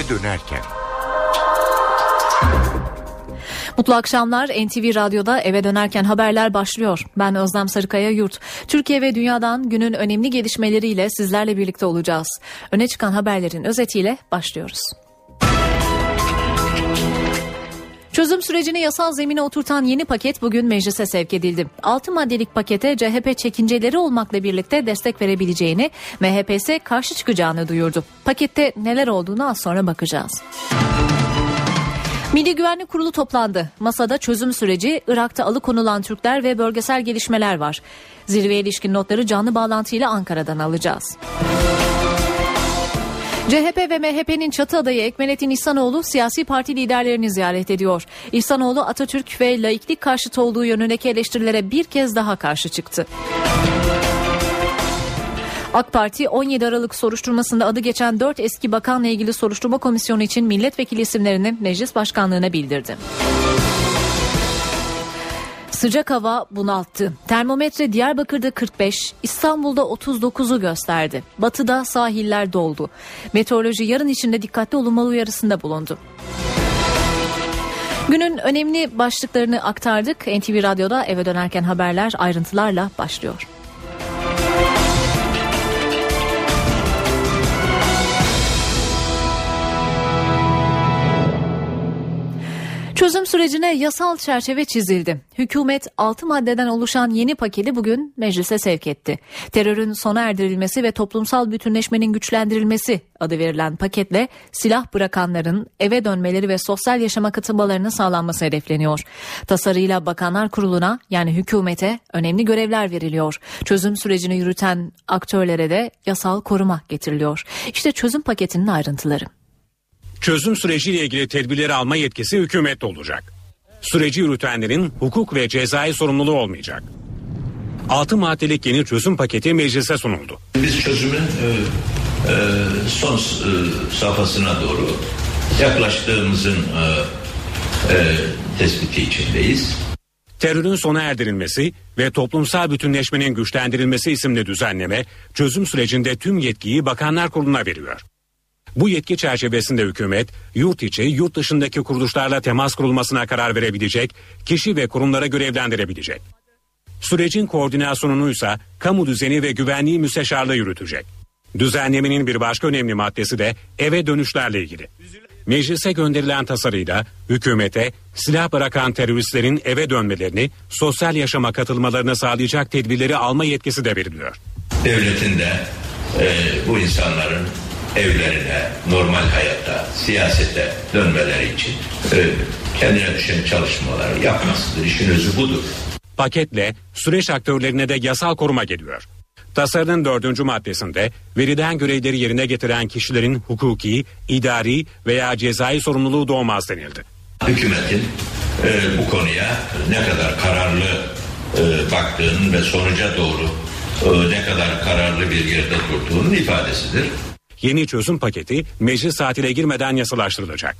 Eve dönerken. Mutlu akşamlar. NTV Radyo'da Eve Dönerken haberler başlıyor. Ben Özlem Sarıkaya Yurt. Türkiye ve dünyadan günün önemli gelişmeleriyle sizlerle birlikte olacağız. Öne çıkan haberlerin özetiyle başlıyoruz. Çözüm sürecini yasal zemine oturtan yeni paket bugün meclise sevk edildi. 6 maddelik pakete CHP çekinceleri olmakla birlikte destek verebileceğini, MHP ise karşı çıkacağını duyurdu. Pakette neler olduğunu az sonra bakacağız. Milli Güvenlik Kurulu toplandı. Masada çözüm süreci, Irak'ta alıkonulan Türkler ve bölgesel gelişmeler var. Zirveye ilişkin notları canlı bağlantıyla Ankara'dan alacağız. CHP ve MHP'nin çatı adayı Ekmelettin İhsanoğlu siyasi parti liderlerini ziyaret ediyor. İhsanoğlu Atatürk ve laiklik karşıtı olduğu yönündeki eleştirilere bir kez daha karşı çıktı. AK Parti 17 Aralık soruşturmasında adı geçen 4 eski bakanla ilgili soruşturma komisyonu için milletvekili isimlerini meclis başkanlığına bildirdi. Sıcak hava bunalttı. Termometre Diyarbakır'da 45, İstanbul'da 39'u gösterdi. Batıda sahiller doldu. Meteoroloji yarın içinde dikkatli olunmalı uyarısında bulundu. Günün önemli başlıklarını aktardık. NTV Radyo'da Eve Dönerken haberler ayrıntılarla başlıyor. Çözüm sürecine yasal çerçeve çizildi. Hükümet 6 maddeden oluşan yeni paketi bugün meclise sevk etti. Terörün sona erdirilmesi ve toplumsal bütünleşmenin güçlendirilmesi adı verilen paketle silah bırakanların eve dönmeleri ve sosyal yaşama katılmalarının sağlanması hedefleniyor. Tasarıyla Bakanlar Kurulu'na yani hükümete önemli görevler veriliyor. Çözüm sürecini yürüten aktörlere de yasal koruma getiriliyor. İşte çözüm paketinin ayrıntıları. Çözüm süreciyle ilgili tedbirleri alma yetkisi hükümette olacak. Süreci yürütenlerin hukuk ve cezai sorumluluğu olmayacak. 6 maddelik yeni çözüm paketi meclise sunuldu. Biz çözümün son safhasına doğru yaklaştığımızın tespiti içindeyiz. Terörün sona erdirilmesi ve toplumsal bütünleşmenin güçlendirilmesi isimli düzenleme çözüm sürecinde tüm yetkiyi Bakanlar Kurulu'na veriyor. Bu yetki çerçevesinde hükümet, yurt içi, yurt dışındaki kuruluşlarla temas kurulmasına karar verebilecek, kişi ve kurumlara görevlendirebilecek. Sürecin koordinasyonunu ise kamu düzeni ve güvenliği müsteşarlığı yürütecek. Düzenlemenin bir başka önemli maddesi de eve dönüşlerle ilgili. Meclise gönderilen tasarıyla hükümete silah bırakan teröristlerin eve dönmelerini, sosyal yaşama katılmalarını sağlayacak tedbirleri alma yetkisi de veriliyor. Devletin de bu insanların evlerine, normal hayata, siyasete dönmeleri için kendine düşen çalışmaları yapmasıdır. İşin özü budur. Paketle süreç aktörlerine de yasal koruma geliyor. Tasarının 4. maddesinde verilen görevleri yerine getiren kişilerin hukuki, idari veya cezai sorumluluğu doğmaz denildi. Hükümetin bu konuya ne kadar kararlı baktığının ve sonuca doğru ne kadar kararlı bir yerde durduğunun ifadesidir. Yeni çözüm paketi meclis saatine girmeden yasalaştırılacak.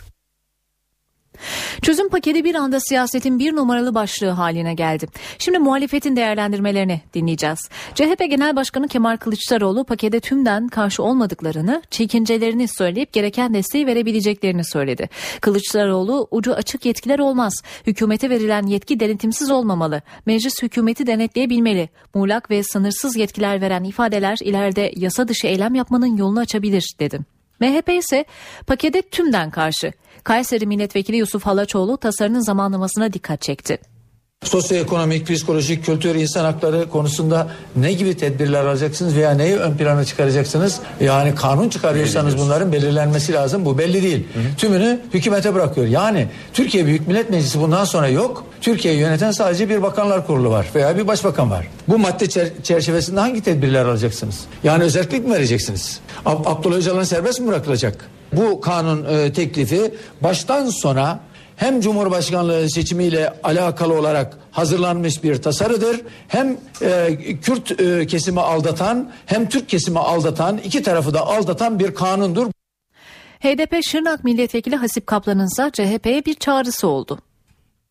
Çözüm paketi bir anda siyasetin bir numaralı başlığı haline geldi. Şimdi muhalefetin değerlendirmelerini dinleyeceğiz. CHP Genel Başkanı Kemal Kılıçdaroğlu pakete tümden karşı olmadıklarını, çekincelerini söyleyip gereken desteği verebileceklerini söyledi. Kılıçdaroğlu ucu açık yetkiler olmaz. Hükümete verilen yetki denetimsiz olmamalı. Meclis hükümeti denetleyebilmeli. Muğlak ve sınırsız yetkiler veren ifadeler ileride yasa dışı eylem yapmanın yolunu açabilir dedi. MHP ise pakete tümden karşı. Kayseri Milletvekili Yusuf Halaçoğlu tasarının zamanlamasına dikkat çekti. Sosyoekonomik, psikolojik, kültür, insan hakları konusunda ne gibi tedbirler alacaksınız veya neyi ön plana çıkaracaksınız? Yani kanun çıkarıyorsanız bunların belirlenmesi lazım. Bu belli değil. Tümünü hükümete bırakıyor. Yani Türkiye Büyük Millet Meclisi bundan sonra yok. Türkiye'yi yöneten sadece bir Bakanlar Kurulu var veya bir başbakan var. Bu madde çerçevesinde hangi tedbirler alacaksınız? Yani özellik mi vereceksiniz? Abdullah Öcalan serbest mi bırakılacak? Bu kanun teklifi baştan sona hem Cumhurbaşkanlığı seçimiyle alakalı olarak hazırlanmış bir tasarıdır. Hem Kürt kesimi aldatan hem Türk kesimi aldatan, iki tarafı da aldatan bir kanundur. HDP Şırnak Milletvekili Hasip Kaplan'ın ise CHP'ye bir çağrısı oldu.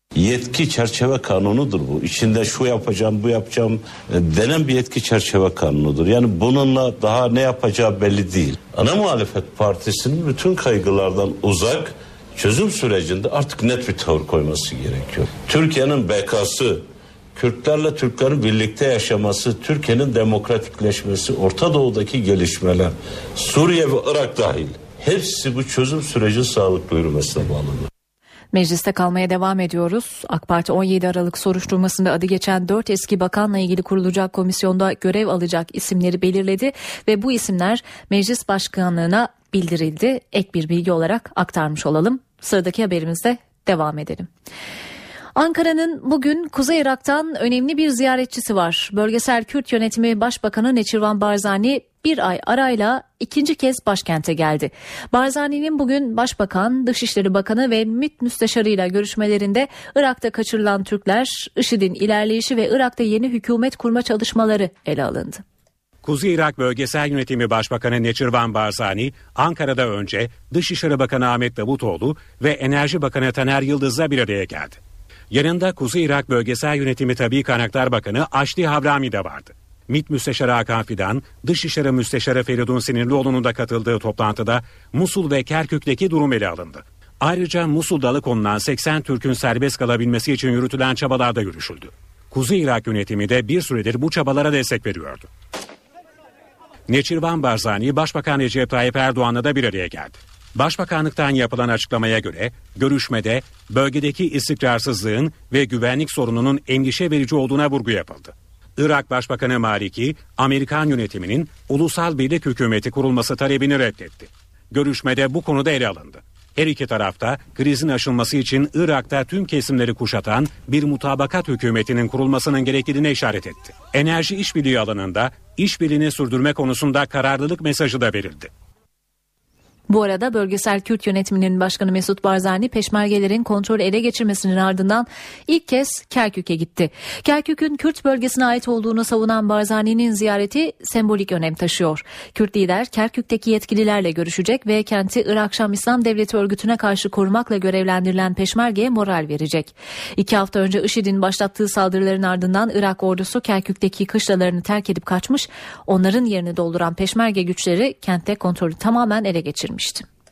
Yetki çerçeve kanunudur bu. İçinde şu yapacağım, bu yapacağım denen bir yetki çerçeve kanunudur. Yani bununla daha ne yapacağı belli değil. Ana muhalefet partisinin bütün kaygılardan uzak, çözüm sürecinde artık net bir tavır koyması gerekiyor. Türkiye'nin bekası, Kürtlerle Türklerin birlikte yaşaması, Türkiye'nin demokratikleşmesi, Orta Doğu'daki gelişmeler, Suriye ve Irak dahil hepsi bu çözüm sürecinin sağlıklı yürümesine bağlıdır. Mecliste kalmaya devam ediyoruz. AK Parti 17 Aralık soruşturmasında adı geçen 4 eski bakanla ilgili kurulacak komisyonda görev alacak isimleri belirledi ve bu isimler meclis başkanlığına bildirildi. Ek bir bilgi olarak aktarmış olalım. Sıradaki haberimizde devam edelim. Ankara'nın bugün Kuzey Irak'tan önemli bir ziyaretçisi var. Bölgesel Kürt Yönetimi Başbakanı Neçirvan Barzani bir ay arayla ikinci kez başkente geldi. Barzani'nin bugün Başbakan, Dışişleri Bakanı ve MİT Müsteşarı'yla görüşmelerinde Irak'ta kaçırılan Türkler, IŞİD'in ilerleyişi ve Irak'ta yeni hükümet kurma çalışmaları ele alındı. Kuzey Irak Bölgesel Yönetimi Başbakanı Neçirvan Barzani, Ankara'da önce Dışişleri Bakanı Ahmet Davutoğlu ve Enerji Bakanı Taner Yıldız'la bir araya geldi. Yanında Kuzey Irak Bölgesel Yönetimi Tabii Kaynaklar Bakanı Aşli Havrami de vardı. MİT Müsteşarı Hakan Fidan, Dışişleri Müsteşarı Feridun Sinirlioğlu'nun da katıldığı toplantıda Musul ve Kerkük'teki durum ele alındı. Ayrıca Musul'da alıkonulan 80 Türk'ün serbest kalabilmesi için yürütülen çabalarda görüşüldü. Kuzey Irak yönetimi de bir süredir bu çabalara destek veriyordu. Neçirvan Barzani, Başbakan Recep Tayyip Erdoğan'la da bir araya geldi. Başbakanlıktan yapılan açıklamaya göre görüşmede bölgedeki istikrarsızlığın ve güvenlik sorununun endişe verici olduğuna vurgu yapıldı. Irak Başbakanı Maliki, Amerikan yönetiminin ulusal birlik hükümeti kurulması talebini reddetti. Görüşmede bu konuda ele alındı. Her iki tarafta krizin aşılması için Irak'ta tüm kesimleri kuşatan bir mutabakat hükümetinin kurulmasının gerekliliğine işaret etti. Enerji işbirliği alanında işbirliğini sürdürme konusunda kararlılık mesajı da verildi. Bu arada Bölgesel Kürt Yönetimi'nin Başkanı Mesut Barzani, Peşmergelerin kontrolü ele geçirmesinin ardından ilk kez Kerkük'e gitti. Kerkük'ün Kürt bölgesine ait olduğunu savunan Barzani'nin ziyareti sembolik önem taşıyor. Kürt lider Kerkük'teki yetkililerle görüşecek ve kenti Irak Şam İslam Devleti örgütüne karşı korumakla görevlendirilen Peşmerge'ye moral verecek. 2 hafta önce IŞİD'in başlattığı saldırıların ardından Irak ordusu Kerkük'teki kışlalarını terk edip kaçmış, onların yerini dolduran Peşmerge güçleri kentte kontrolü tamamen ele geçirmiş.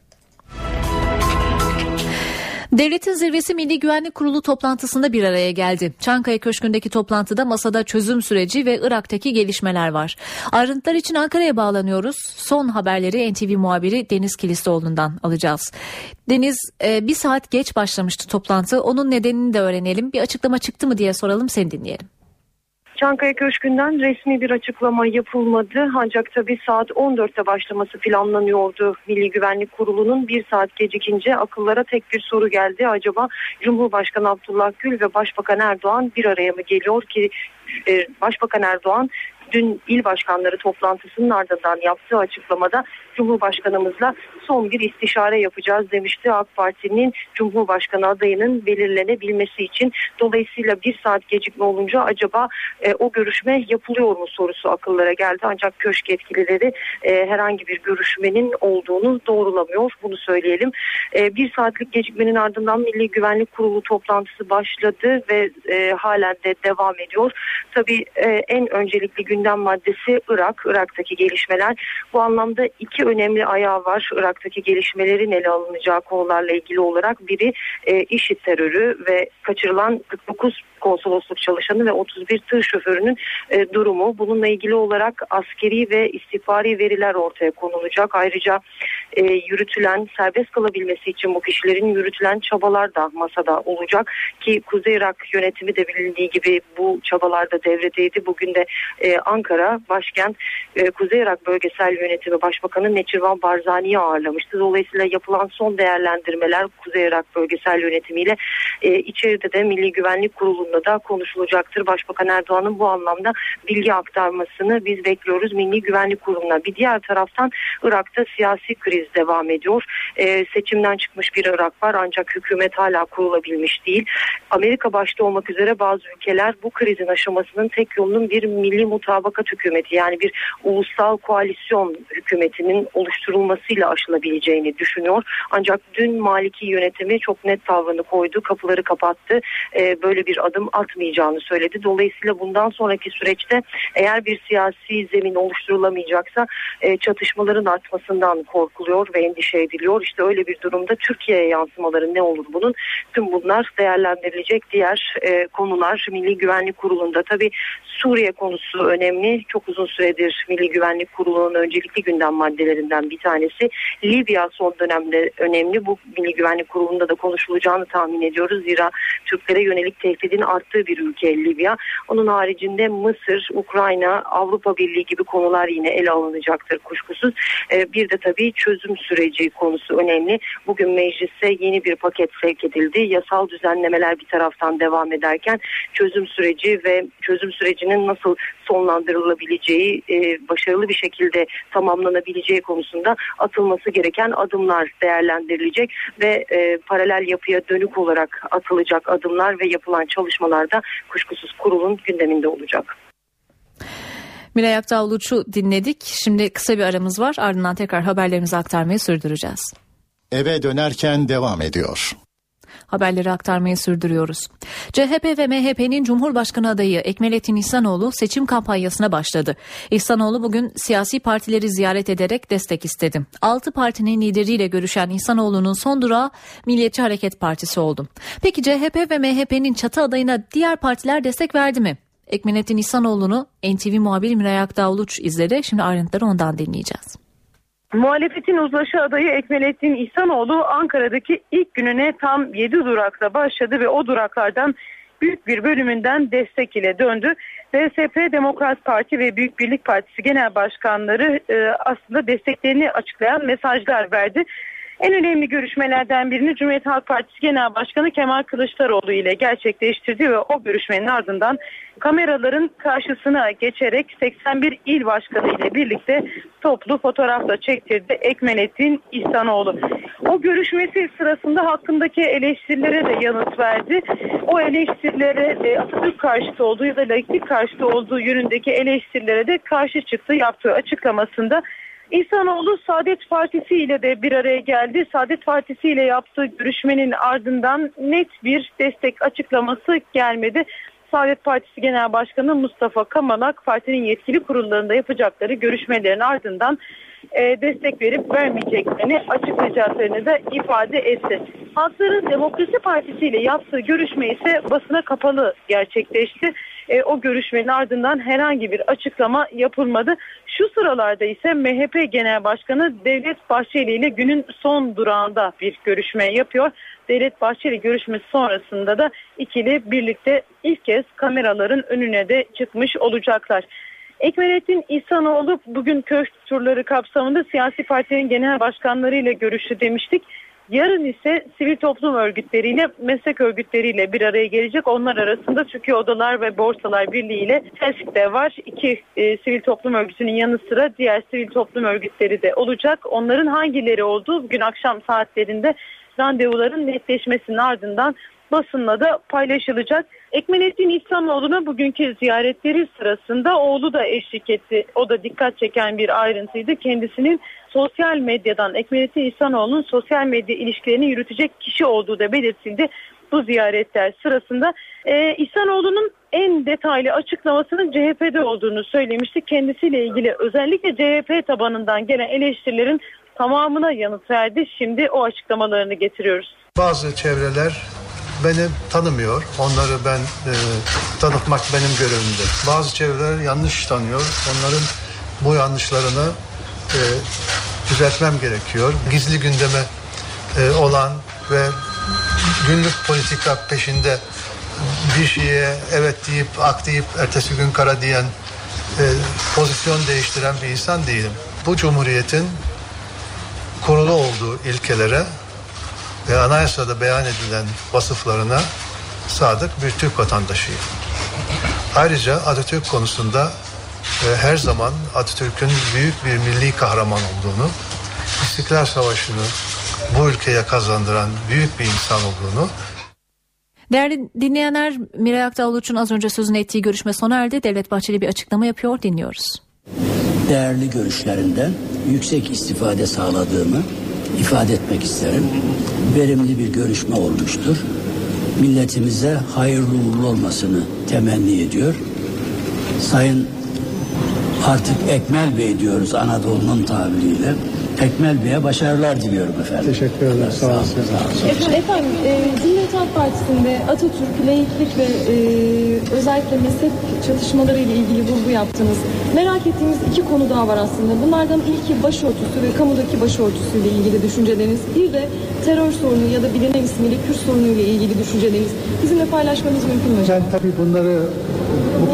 Devletin Zirvesi Milli Güvenlik Kurulu toplantısında bir araya geldi. Çankaya Köşkü'ndeki toplantıda masada çözüm süreci ve Irak'taki gelişmeler var. Ayrıntılar için Ankara'ya bağlanıyoruz. Son haberleri NTV muhabiri Deniz Kilistoğlu'ndan alacağız. Deniz, bir saat geç başlamıştı toplantı. Onun nedenini de öğrenelim. Bir açıklama çıktı mı diye soralım, seni dinleyelim. Çankaya Köşkü'nden resmi bir açıklama yapılmadı. Ancak tabii saat 14'te başlaması planlanıyordu. Milli Güvenlik Kurulu'nun bir saat gecikince akıllara tek bir soru geldi. Acaba Cumhurbaşkanı Abdullah Gül ve Başbakan Erdoğan bir araya mı geliyor ki Başbakan Erdoğan dün il başkanları toplantısının ardından yaptığı açıklamada Cumhurbaşkanımızla son bir istişare yapacağız demişti. AK Parti'nin Cumhurbaşkanı adayının belirlenebilmesi için. Dolayısıyla bir saat gecikme olunca acaba o görüşme yapılıyor mu sorusu akıllara geldi. Ancak köşk yetkilileri herhangi bir görüşmenin olduğunu doğrulamıyor. Bunu söyleyelim. Bir saatlik gecikmenin ardından Milli Güvenlik Kurulu toplantısı başladı ve halen de devam ediyor. Tabii en öncelikli gündem maddesi Irak, Irak'taki gelişmeler. Bu anlamda iki önemli ayağı var Irak'taki gelişmelerin ele alınacağı konularla ilgili olarak. Biri IŞİD terörü ve kaçırılan 49 konsolosluk çalışanı ve 31 tır şoförünün durumu. Bununla ilgili olarak askeri ve istihbari veriler ortaya konulacak. Ayrıca yürütülen, serbest kalabilmesi için bu kişilerin yürütülen çabalar da masada olacak. Ki Kuzey Irak yönetimi de bilindiği gibi bu çabalarda devredeydi. Bugün de Ankara, başkent Kuzey Irak Bölgesel Yönetimi Başbakanı Neçirvan Barzani'yi ağırlamıştı. Dolayısıyla yapılan son değerlendirmeler Kuzey Irak Bölgesel Yönetimi ile içeride de Milli Güvenlik Kurulu'nda da konuşulacaktır. Başbakan Erdoğan'ın bu anlamda bilgi aktarmasını biz bekliyoruz Milli Güvenlik Kurulu'na. Bir diğer taraftan Irak'ta siyasi kriz kriz devam ediyor. Seçimden çıkmış bir Irak var ancak hükümet hala kurulabilmiş değil. Amerika başta olmak üzere bazı ülkeler bu krizin aşamasının tek yolunun bir milli mutabakat hükümeti, yani bir ulusal koalisyon hükümetinin oluşturulmasıyla aşılabileceğini düşünüyor. Ancak dün Maliki yönetimi çok net tavrını koydu, kapıları kapattı. Böyle bir adım atmayacağını söyledi. Dolayısıyla bundan sonraki süreçte eğer bir siyasi zemin oluşturulamayacaksa çatışmaların artmasından korkuluyor ve endişe ediliyor. İşte öyle bir durumda Türkiye'ye yansımaları ne olur bunun? Tüm bunlar değerlendirilecek diğer konular. Milli Güvenlik Kurulu'nda tabii Suriye konusu önemli. Çok uzun süredir Milli Güvenlik Kurulu'nun öncelikli gündem maddelerinden bir tanesi. Libya son dönemde önemli. Bu Milli Güvenlik Kurulu'nda da konuşulacağını tahmin ediyoruz. Zira Türklere yönelik tehdidin arttığı bir ülke Libya. Onun haricinde Mısır, Ukrayna, Avrupa Birliği gibi konular yine ele alınacaktır kuşkusuz. Bir de tabii çözüm süreci konusu önemli. Bugün meclise yeni bir paket sevk edildi. Yasal düzenlemeler bir taraftan devam ederken çözüm süreci ve çözüm sürecinin nasıl sonlandırılabileceği, başarılı bir şekilde tamamlanabileceği konusunda atılması gereken adımlar değerlendirilecek ve paralel yapıya dönük olarak atılacak adımlar ve yapılan çalışmalar da kuşkusuz kurulun gündeminde olacak. Miray Aktağ-Uluç'u dinledik. Şimdi kısa bir aramız var. Ardından tekrar haberlerimizi aktarmayı sürdüreceğiz. Eve dönerken devam ediyor. Haberleri aktarmayı sürdürüyoruz. CHP ve MHP'nin Cumhurbaşkanı adayı Ekmelettin İhsanoğlu seçim kampanyasına başladı. İhsanoğlu bugün siyasi partileri ziyaret ederek destek istedi. 6 partinin lideriyle görüşen İhsanoğlu'nun son durağı Milliyetçi Hareket Partisi oldu. Peki CHP ve MHP'nin çatı adayına diğer partiler destek verdi mi? Ekmelettin İhsanoğlu'nu NTV muhabiri Miray Aktağ-Uluç izledi. Şimdi ayrıntıları ondan dinleyeceğiz. Muhalefetin uzlaşı adayı Ekmelettin İhsanoğlu Ankara'daki ilk gününe tam 7 durakla başladı ve o duraklardan büyük bir bölümünden destek ile döndü. DSP, Demokrat Parti ve Büyük Birlik Partisi genel başkanları aslında desteklerini açıklayan mesajlar verdi. En önemli görüşmelerden birini Cumhuriyet Halk Partisi Genel Başkanı Kemal Kılıçdaroğlu ile gerçekleştirdi ve o görüşmenin ardından kameraların karşısına geçerek 81 il başkanı ile birlikte toplu fotoğrafla çektirdi Ekmelettin İhsanoğlu. O görüşmesi sırasında hakkındaki eleştirilere de yanıt verdi. O eleştirilere Atatürk karşıtı olduğu ya da laiklik karşıtı olduğu yönündeki eleştirilere de karşı çıktı. Yaptığı açıklamasında İhsanoğlu Saadet Partisi ile de bir araya geldi. Saadet Partisi ile yaptığı görüşmenin ardından net bir destek açıklaması gelmedi. Saadet Partisi Genel Başkanı Mustafa Kamalak partinin yetkili kurullarında yapacakları görüşmelerin ardından destek verip vermeyeceklerini açıklayacaklarını da ifade etti. Halkların Demokrasi Partisi ile yaptığı görüşme ise basına kapalı gerçekleşti. O görüşmenin ardından herhangi bir açıklama yapılmadı. Şu sıralarda ise MHP Genel Başkanı Devlet Bahçeli ile günün son durağında bir görüşme yapıyor. Devlet Bahçeli görüşmesi sonrasında da ikili birlikte ilk kez kameraların önüne de çıkmış olacaklar. Ekmelettin İhsanoğlu bugün köşk turları kapsamında siyasi partilerin genel başkanlarıyla görüştü demiştik. Yarın ise sivil toplum örgütleriyle, meslek örgütleriyle bir araya gelecek. Onlar arasında Türkiye Odalar ve Borsalar Birliği ile TESK de var. İki sivil toplum örgütünün yanı sıra diğer sivil toplum örgütleri de olacak. Onların hangileri olduğu bugün akşam saatlerinde randevuların netleşmesinin ardından basınla da paylaşılacak. Ekmelettin İhsanoğlu'na bugünkü ziyaretleri sırasında oğlu da eşlik etti. O da dikkat çeken bir ayrıntıydı. Kendisinin sosyal medyadan Ekmelettin İhsanoğlu'nun sosyal medya ilişkilerini yürütecek kişi olduğu da belirtildi bu ziyaretler sırasında. İhsanoğlu'nun en detaylı açıklamasının CHP'de olduğunu söylemiştik. Kendisiyle ilgili özellikle CHP tabanından gelen eleştirilerin tamamına yanıt verdi. Şimdi o açıklamalarını getiriyoruz. Bazı çevreler beni tanımıyor. Onları ben tanıtmak benim görevimde. Bazı çevreler yanlış tanıyor. Onların bu yanlışlarını düzeltmem gerekiyor. Gizli gündeme olan ve günlük politika peşinde bir şeye evet deyip ak deyip ertesi gün kara diyen pozisyon değiştiren bir insan değilim. Bu cumhuriyetin kurulu olduğu ilkelere ve anayasada beyan edilen vasıflarına sadık bir Türk vatandaşıyım. Ayrıca Atatürk konusunda her zaman Atatürk'ün büyük bir milli kahraman olduğunu, İstiklal Savaşı'nı bu ülkeye kazandıran büyük bir insan olduğunu. Değerli dinleyenler, Miray Aktağ-Uluç'un az önce sözünü ettiği görüşme sona erdi. Devlet Bahçeli bir açıklama yapıyor, dinliyoruz. Değerli görüşlerinden yüksek istifade sağladığımı ifade etmek isterim. Verimli bir görüşme olmuştur. Milletimize hayırlı uğurlu olmasını temenni ediyor. Sayın artık Ekmel Bey diyoruz Anadolu'nun tabiriyle. Ekmel Bey'e başarılar diliyorum efendim. Teşekkür ederim. Sağ olun. Efendim, Cumhuriyet Halk Partisi'nde Atatürk, laiklik ve özellikle mezhep çatışmaları ile ilgili vurgu yaptınız. Merak ettiğimiz 2 konu daha var aslında. Bunlardan ilki başörtüsü ve kamudaki başörtüsü ile ilgili düşünceleriniz. Bir de terör sorunu ya da bilinen ismiyle Kürt sorunu ile ilgili düşünceleriniz. Bizimle paylaşmanız mümkün mü hocam? Ben tabii bunları bu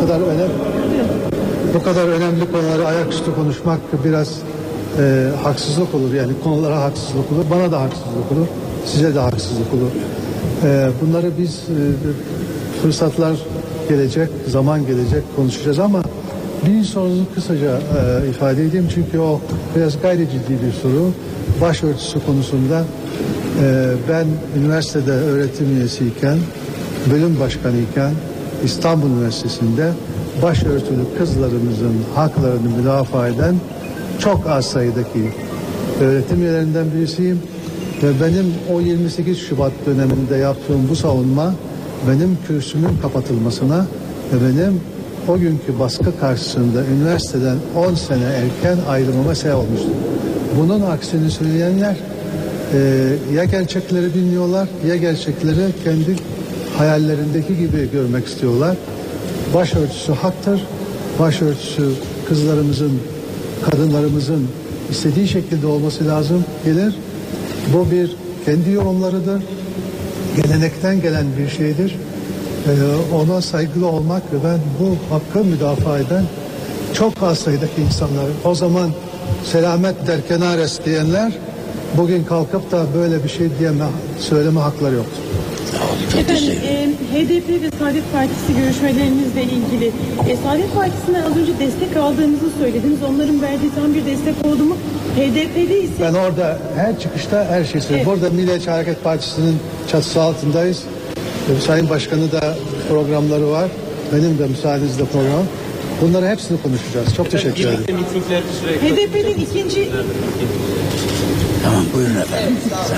kadar önemli konuları ayaküstü konuşmak biraz haksızlık olur. Yani konulara haksızlık olur. Bana da haksızlık olur. Size de haksızlık olur. Bunları biz fırsatlar gelecek, zaman gelecek konuşacağız ama bir sorunu kısaca ifade edeyim. Çünkü o biraz gayri ciddi bir soru. Başörtüsü konusunda ben üniversitede öğretim üyesiyken, bölüm başkanıyken İstanbul Üniversitesi'nde başörtülü kızlarımızın haklarını müdafaa eden çok az sayıdaki öğretim üyelerinden birisiyim ve benim o 28 Şubat döneminde yaptığım bu savunma benim kürsümün kapatılmasına ve benim o günkü baskı karşısında üniversiteden 10 sene erken ayrılmama sebep olmuştu. Bunun aksini söyleyenler ya gerçekleri bilmiyorlar ya gerçekleri kendi hayallerindeki gibi görmek istiyorlar. Başörtüsü haktır. Başörtüsü kızlarımızın, kadınlarımızın istediği şekilde olması lazım gelir. Bu bir kendi yorumlarıdır. Gelenekten gelen bir şeydir. Ona saygılı olmak ve ben bu hakkı müdafaa eden çok az sayıdaki insanlar, o zaman selamet derken ares diyenler bugün kalkıp da böyle bir şey söyleme hakları yoktur. Efendim, HDP ve Saadet Partisi görüşmelerinizle ilgili Saadet Partisi'nden az önce destek aldığınızı söylediniz. Onların verdiği tam bir destek oldu mu? HDP'de ise... Ben orada her çıkışta her şeyi söylüyorum. Evet. Burada Milliyetçi Hareket Partisi'nin çatısı altındayız. Sayın Başkanı da programları var. Benim de müsaadenizle program. Bunları hepsini konuşacağız. Çok teşekkür ederim. HDP'nin ikinci... Tamam, buyurun efendim.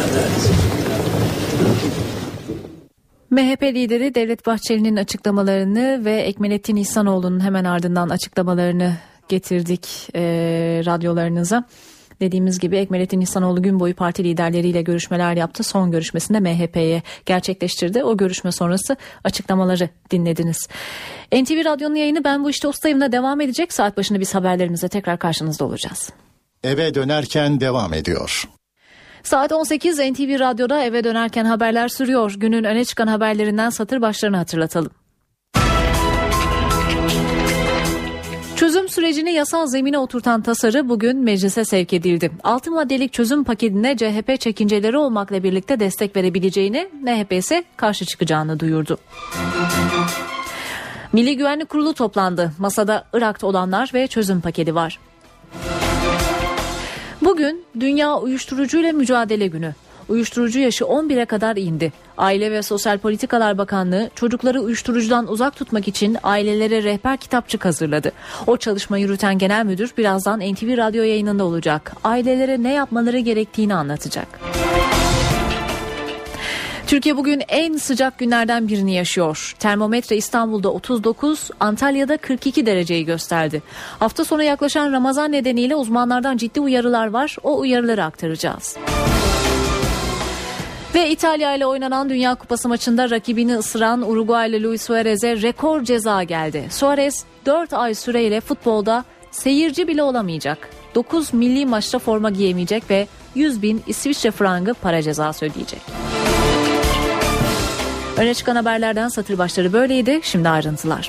MHP lideri Devlet Bahçeli'nin açıklamalarını ve Ekmelettin İhsanoğlu'nun hemen ardından açıklamalarını getirdik radyolarınıza. Dediğimiz gibi Ekmelettin İhsanoğlu gün boyu parti liderleriyle görüşmeler yaptı. Son görüşmesinde MHP'ye gerçekleştirdi. O görüşme sonrası açıklamaları dinlediniz. NTV Radyo'nun yayını Ben Bu İşte Ustayım'la devam edecek. Saat başında biz haberlerimize tekrar karşınızda olacağız. Eve dönerken devam ediyor. Saat 18 NTV Radyo'da eve dönerken haberler sürüyor. Günün öne çıkan haberlerinden satır başlarını hatırlatalım. Çözüm sürecini yasal zemine oturtan tasarı bugün meclise sevk edildi. 6 maddelik çözüm paketine CHP çekinceleri olmakla birlikte destek verebileceğini, MHP ise karşı çıkacağını duyurdu. Milli Güvenlik Kurulu toplandı. Masada Irak'ta olanlar ve çözüm paketi var. Bugün Dünya Uyuşturucuyla Mücadele Günü. Uyuşturucu yaşı 11'e kadar indi. Aile ve Sosyal Politikalar Bakanlığı çocukları uyuşturucudan uzak tutmak için ailelere rehber kitapçık hazırladı. O çalışma yürüten genel müdür birazdan NTV Radyo yayınında olacak. Ailelere ne yapmaları gerektiğini anlatacak. Türkiye bugün en sıcak günlerden birini yaşıyor. Termometre İstanbul'da 39, Antalya'da 42 dereceyi gösterdi. Hafta sonu yaklaşan Ramazan nedeniyle uzmanlardan ciddi uyarılar var. O uyarıları aktaracağız. Ve İtalya ile oynanan Dünya Kupası maçında rakibini ısıran Uruguaylı Luis Suarez'e rekor ceza geldi. Suarez 4 ay süreyle futbolda seyirci bile olamayacak. 9 milli maçta forma giyemeyecek ve 100.000 İsviçre frangı para cezası ödeyecek. Öne çıkan haberlerden satır başları böyleydi. Şimdi ayrıntılar.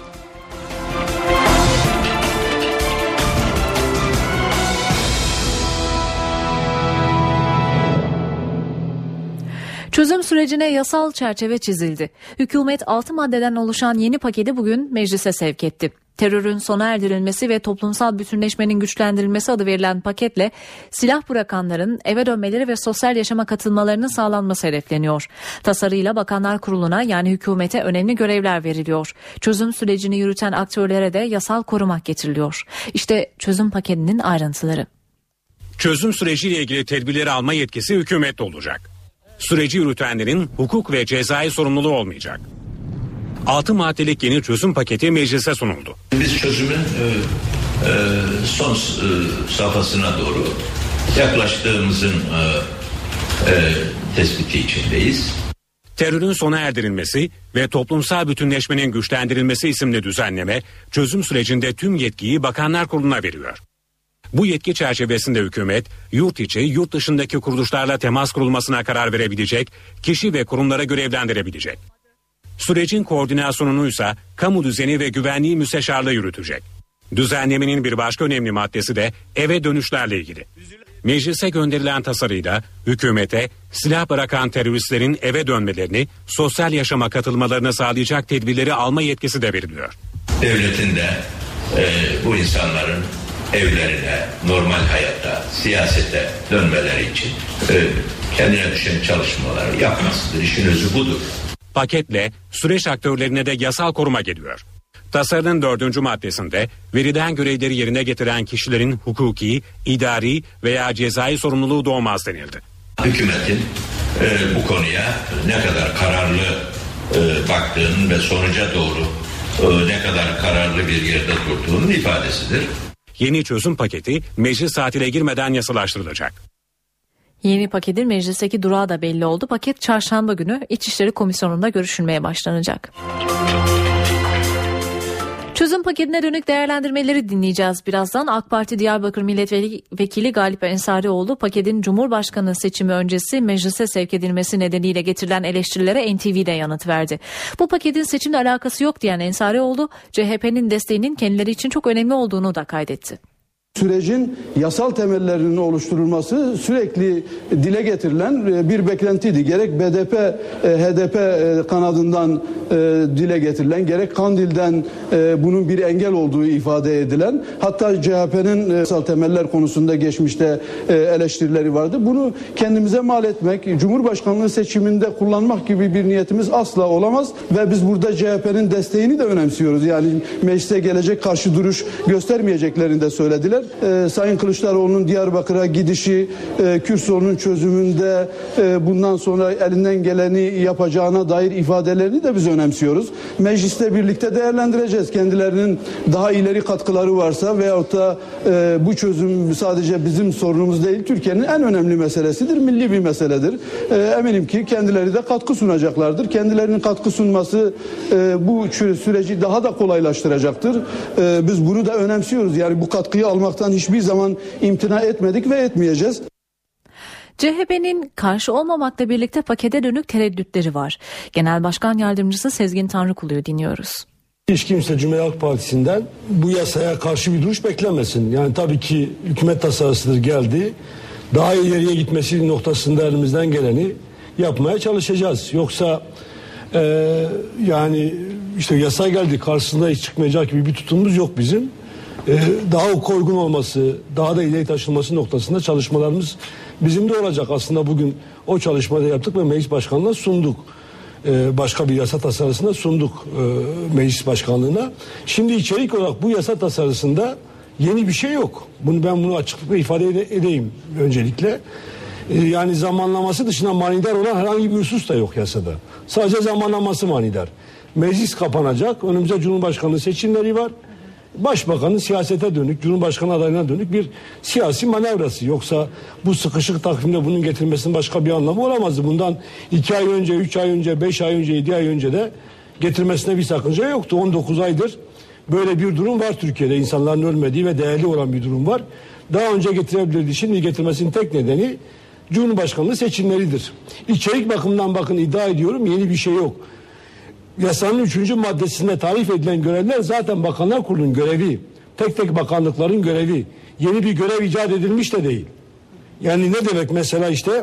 Çözüm sürecine yasal çerçeve çizildi. Hükümet 6 maddeden oluşan yeni paketi bugün meclise sevk etti. Terörün sona erdirilmesi ve toplumsal bütünleşmenin güçlendirilmesi adı verilen paketle silah bırakanların eve dönmeleri ve sosyal yaşama katılmalarının sağlanması hedefleniyor. Tasarıyla Bakanlar Kurulu'na yani hükümete önemli görevler veriliyor. Çözüm sürecini yürüten aktörlere de yasal korumak getiriliyor. İşte çözüm paketinin ayrıntıları. Çözüm süreciyle ilgili tedbirleri alma yetkisi hükümette olacak. Süreci yürütenlerin hukuk ve cezai sorumluluğu olmayacak. 6 maddelik yeni çözüm paketi meclise sunuldu. Biz çözümün son safhasına doğru yaklaştığımızın tespiti içindeyiz. Terörün sona erdirilmesi ve toplumsal bütünleşmenin güçlendirilmesi isimli düzenleme çözüm sürecinde tüm yetkiyi Bakanlar Kurulu'na veriyor. Bu yetki çerçevesinde hükümet yurt içi, yurt dışındaki kuruluşlarla temas kurulmasına karar verebilecek, kişi ve kurumlara görevlendirebilecek. Sürecin koordinasyonunu ise kamu düzeni ve güvenliği müsteşarlığı yürütecek. Düzenlemenin bir başka önemli maddesi de eve dönüşlerle ilgili. Meclise gönderilen tasarıyla hükümete silah bırakan teröristlerin eve dönmelerini, sosyal yaşama katılmalarını sağlayacak tedbirleri alma yetkisi de veriliyor. Devletin de bu insanların evlerine, normal hayatta, siyasete dönmeleri için kendine düşen çalışmaları yapmasıdır. İşin özü budur. Paketle süreç aktörlerine de yasal koruma geliyor. Tasarının 4. maddesinde verilen görevleri yerine getiren kişilerin hukuki, idari veya cezai sorumluluğu doğmaz denildi. Hükümetin bu konuya ne kadar kararlı baktığının ve sonuca doğru ne kadar kararlı bir yerde durduğunun ifadesidir. Yeni çözüm paketi meclis tatile girmeden yasalaştırılacak. Yeni paketin meclisteki durağı da belli oldu. Paket çarşamba günü İçişleri Komisyonu'nda görüşülmeye başlanacak. Çözüm paketine dönük değerlendirmeleri dinleyeceğiz birazdan. AK Parti Diyarbakır Milletvekili Galip Ensarioğlu paketin Cumhurbaşkanı seçimi öncesi meclise sevk edilmesi nedeniyle getirilen eleştirilere NTV'de yanıt verdi. Bu paketin seçimle alakası yok diyen Ensarioğlu, CHP'nin desteğinin kendileri için çok önemli olduğunu da kaydetti. Sürecin yasal temellerinin oluşturulması sürekli dile getirilen bir beklentiydi. Gerek BDP, HDP kanadından dile getirilen, gerek Kandil'den bunun bir engel olduğu ifade edilen, hatta CHP'nin yasal temeller konusunda geçmişte eleştirileri vardı. Bunu kendimize mal etmek, Cumhurbaşkanlığı seçiminde kullanmak gibi bir niyetimiz asla olamaz ve biz burada CHP'nin desteğini de önemsiyoruz. Yani meclise gelecek karşı duruş göstermeyeceklerini de söylediler. Sayın Kılıçdaroğlu'nun Diyarbakır'a gidişi, Kürt sorunun çözümünde bundan sonra elinden geleni yapacağına dair ifadelerini de biz önemsiyoruz. Mecliste birlikte değerlendireceğiz. Kendilerinin daha ileri katkıları varsa veyahut da bu çözüm sadece bizim sorunumuz değil, Türkiye'nin en önemli meselesidir, milli bir meseledir. Eminim ki kendileri de katkı sunacaklardır. Kendilerinin katkı sunması bu süreci daha da kolaylaştıracaktır. Biz bunu da önemsiyoruz. Yani bu katkıyı almaktan hiçbir zaman imtina etmedik ve etmeyeceğiz. CHP'nin karşı olmamakla birlikte pakete dönük tereddütleri var. Genel Başkan Yardımcısı Sezgin Tanrıkulu'yu dinliyoruz. Hiç kimse Cumhuriyet Halk Partisi'nden bu yasaya karşı bir duruş beklemesin. Yani tabii ki hükümet tasarısıdır geldi. Daha ileriye gitmesi noktasında elimizden geleni yapmaya çalışacağız. Yoksa yani işte yasa geldi, karşısında hiç çıkmayacak gibi bir tutumumuz yok bizim. Daha hukuka uygun olması, daha da ileri taşınması noktasında çalışmalarımız bizim de olacak. Aslında bugün o çalışmayı yaptık ve meclis başkanlığına sunduk. Başka bir yasa tasarısına sunduk meclis başkanlığına. Şimdi içerik olarak bu yasa tasarısında yeni bir şey yok. Bunu açıklıkla ifade edeyim öncelikle. Yani zamanlaması dışında manidar olan herhangi bir husus da yok yasada. Sadece zamanlaması manidar. Meclis kapanacak. Önümüzde Cumhurbaşkanlığı seçimleri var. Başbakanın siyasete dönük, Cumhurbaşkanı adayına dönük bir siyasi manevrası. Yoksa bu sıkışık takvimde bunun getirilmesinin başka bir anlamı olamazdı. Bundan 2 ay önce, 3 ay önce, 5 ay önce, 7 ay önce de getirmesine bir sakınca yoktu. 19 aydır böyle bir durum var Türkiye'de. İnsanların ölmediği ve değerli olan bir durum var. Daha önce getirebilirdi. Şimdi getirmesinin tek nedeni Cumhurbaşkanlığı seçimleridir. İçerik bakımından bakın iddia ediyorum yeni bir şey yok. Yasanın 3. maddesinde tarif edilen görevler zaten Bakanlar Kurulu'nun görevi. Tek tek bakanlıkların görevi. Yeni bir görev icat edilmiş de değil. Yani ne demek mesela işte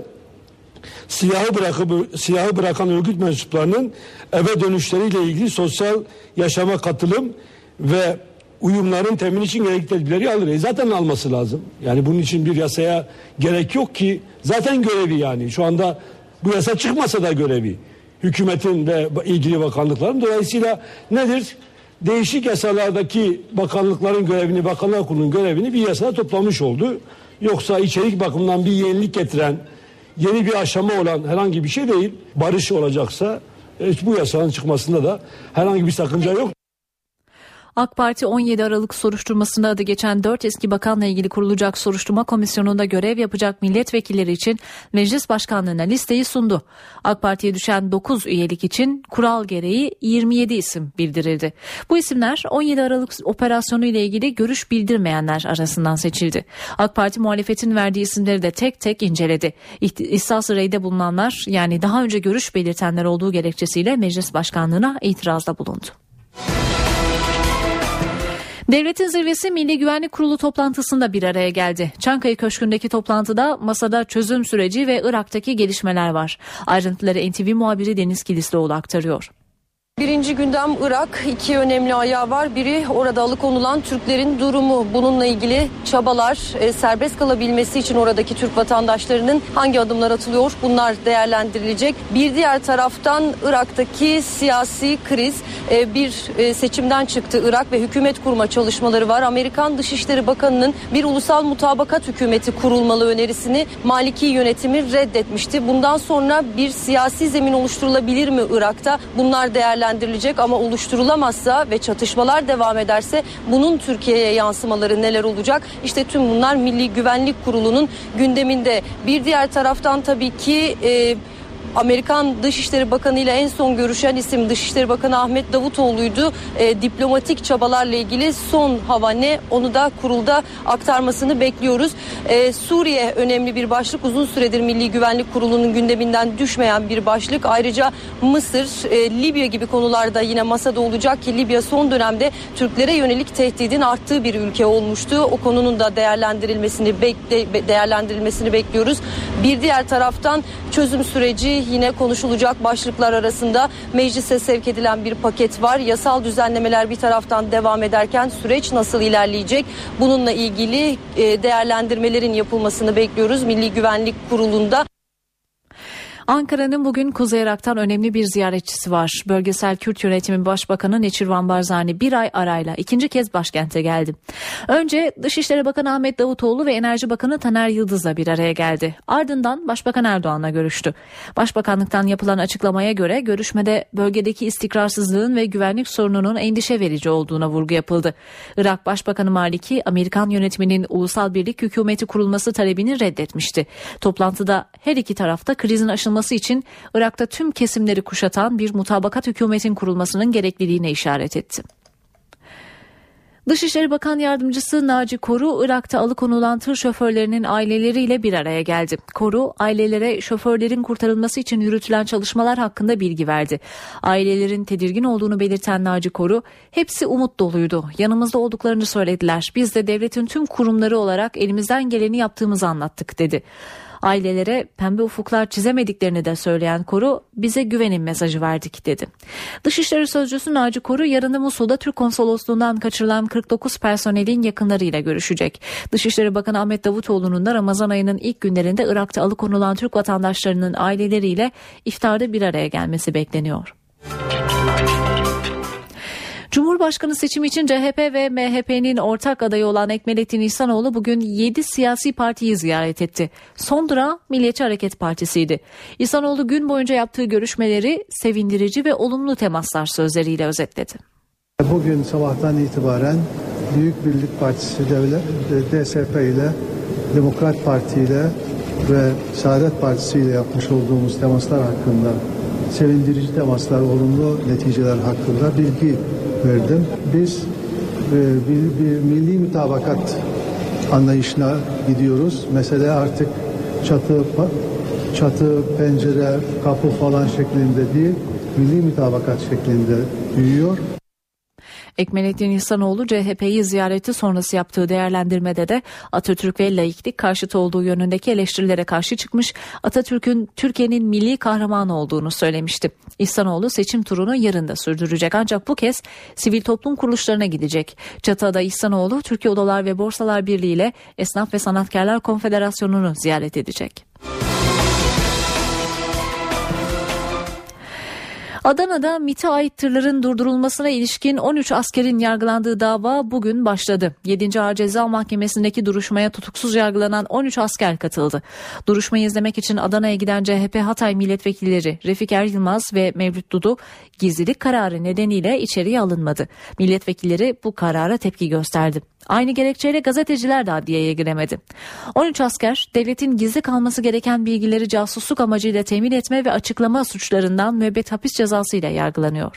silahı bırakan örgüt mensuplarının eve dönüşleriyle ilgili sosyal yaşama katılım ve uyumların temini için gerekli tedbirleri alır. Zaten alması lazım. Yani bunun için bir yasaya gerek yok ki. Zaten görevi yani. Şu anda bu yasa çıkmasa da görevi. Hükümetin ve ilgili bakanlıkların. Dolayısıyla nedir? Değişik yasalardaki bakanlıkların görevini, Bakanlar Kurulu'nun görevini bir yasada toplamış oldu. Yoksa içerik bakımından bir yenilik getiren, yeni bir aşama olan herhangi bir şey değil. Barış olacaksa bu yasanın çıkmasında da herhangi bir sakınca yok. AK Parti 17 Aralık soruşturmasında adı geçen 4 eski bakanla ilgili kurulacak soruşturma komisyonunda görev yapacak milletvekilleri için meclis başkanlığına listeyi sundu. AK Parti'ye düşen 9 üyelik için kural gereği 27 isim bildirildi. Bu isimler 17 Aralık operasyonu ile ilgili görüş bildirmeyenler arasından seçildi. AK Parti muhalefetin verdiği isimleri de tek tek inceledi. İhsas-ı reyde bulunanlar, yani daha önce görüş belirtenler olduğu gerekçesiyle meclis başkanlığına itirazda bulundu. Devletin zirvesi Milli Güvenlik Kurulu toplantısında bir araya geldi. Çankaya Köşkü'ndeki toplantıda masada çözüm süreci ve Irak'taki gelişmeler var. Ayrıntıları NTV muhabiri Deniz Kilislioğlu aktarıyor. Birinci gündem Irak, 2 önemli ayağı var. Biri orada alıkonulan Türklerin durumu. Bununla ilgili çabalar, serbest kalabilmesi için oradaki Türk vatandaşlarının hangi adımlar atılıyor? Bunlar değerlendirilecek. Bir diğer taraftan Irak'taki siyasi kriz, bir seçimden çıktı Irak ve hükümet kurma çalışmaları var. Amerikan Dışişleri Bakanı'nın bir ulusal mutabakat hükümeti kurulmalı önerisini Maliki yönetimi reddetmişti. Bundan sonra bir siyasi zemin oluşturulabilir mi Irak'ta? Bunlar değerlendirilecek ama oluşturulamazsa ve çatışmalar devam ederse bunun Türkiye'ye yansımaları neler olacak? İşte tüm bunlar Milli Güvenlik Kurulu'nun gündeminde. Bir diğer taraftan tabii ki Amerikan Dışişleri Bakanı ile en son görüşen isim Dışişleri Bakanı Ahmet Davutoğlu'ydu. Diplomatik çabalarla ilgili son hava ne? Onu da kurulda aktarmasını bekliyoruz. Suriye önemli bir başlık. Uzun süredir Milli Güvenlik Kurulu'nun gündeminden düşmeyen bir başlık. Ayrıca Mısır, Libya gibi konularda yine masada olacak ki Libya son dönemde Türklere yönelik tehdidin arttığı bir ülke olmuştu. O konunun da değerlendirilmesini bekliyoruz. Bir diğer taraftan çözüm süreci yine konuşulacak başlıklar arasında. Meclise sevk edilen bir paket var. Yasal düzenlemeler bir taraftan devam ederken süreç nasıl ilerleyecek? Bununla ilgili değerlendirmelerin yapılmasını bekliyoruz Milli Güvenlik Kurulu'nda. Ankara'nın bugün Kuzey Irak'tan önemli bir ziyaretçisi var. Bölgesel Kürt Yönetimi Başbakanı Neçirvan Barzani bir ay arayla ikinci kez başkente geldi. Önce Dışişleri Bakanı Ahmet Davutoğlu ve Enerji Bakanı Taner Yıldız'la bir araya geldi. Ardından Başbakan Erdoğan'la görüştü. Başbakanlıktan yapılan açıklamaya göre görüşmede bölgedeki istikrarsızlığın ve güvenlik sorununun endişe verici olduğuna vurgu yapıldı. Irak Başbakanı Maliki, Amerikan yönetiminin ulusal birlik hükümeti kurulması talebini reddetmişti. Toplantıda her iki tarafta krizin aşılması için Irak'ta tüm kesimleri kuşatan bir mutabakat hükümetin kurulmasının gerekliliğine işaret etti. Dışişleri Bakan Yardımcısı Naci Koru, Irak'ta alıkonulan tır şoförlerinin aileleriyle bir araya geldi. Koru, ailelere şoförlerin kurtarılması için yürütülen çalışmalar hakkında bilgi verdi. Ailelerin tedirgin olduğunu belirten Naci Koru, hepsi umut doluydu. Yanımızda olduklarını söylediler. Biz de devletin tüm kurumları olarak elimizden geleni yaptığımızı anlattık dedi. Ailelere pembe ufuklar çizemediklerini de söyleyen Koru, bize güvenin mesajı verdik dedi. Dışişleri Sözcüsü Naci Koru yarın da Musul'da Türk Konsolosluğundan kaçırılan 49 personelin yakınlarıyla görüşecek. Dışişleri Bakanı Ahmet Davutoğlu'nun da Ramazan ayının ilk günlerinde Irak'ta alıkonulan Türk vatandaşlarının aileleriyle iftarda bir araya gelmesi bekleniyor. Cumhurbaşkanı seçimi için CHP ve MHP'nin ortak adayı olan Ekmelettin İhsanoğlu bugün 7 siyasi partiyi ziyaret etti. Son durağı Milliyetçi Hareket Partisi'ydi. İhsanoğlu gün boyunca yaptığı görüşmeleri sevindirici ve olumlu temaslar sözleriyle özetledi. Bugün sabahtan itibaren Büyük Birlik Partisi ile, DSP ile, Demokrat Parti ile ve Saadet Partisi ile yapmış olduğumuz temaslar hakkında, sevindirici temaslar, olumlu neticeler hakkında bilgi verdim. Biz bir milli mutabakat anlayışına gidiyoruz. Mesela artık çatı, pencere, kapı falan şeklinde değil, milli mutabakat şeklinde büyüyor. Ekmelettin İhsanoğlu CHP'yi ziyareti sonrası yaptığı değerlendirmede de Atatürk ve laiklik karşıtı olduğu yönündeki eleştirilere karşı çıkmış, Atatürk'ün Türkiye'nin milli kahramanı olduğunu söylemişti. İhsanoğlu seçim turunu yarın da sürdürecek ancak bu kez sivil toplum kuruluşlarına gidecek. Çatı'da İhsanoğlu Türkiye Odalar ve Borsalar Birliği ile Esnaf ve Sanatkarlar Konfederasyonu'nu ziyaret edecek. Adana'da MİT'e ait tırların durdurulmasına ilişkin 13 askerin yargılandığı dava bugün başladı. 7. Ağır Ceza Mahkemesi'ndeki duruşmaya tutuksuz yargılanan 13 asker katıldı. Duruşmayı izlemek için Adana'ya giden CHP Hatay milletvekilleri Refik Er Yılmaz ve Mevlüt Dudu gizlilik kararı nedeniyle içeriye alınmadı. Milletvekilleri bu karara tepki gösterdi. Aynı gerekçeyle gazeteciler de adliyeye giremedi. 13 asker devletin gizli kalması gereken bilgileri casusluk amacıyla temin etme ve açıklama suçlarından müebbet hapis cezası ile yargılanıyor.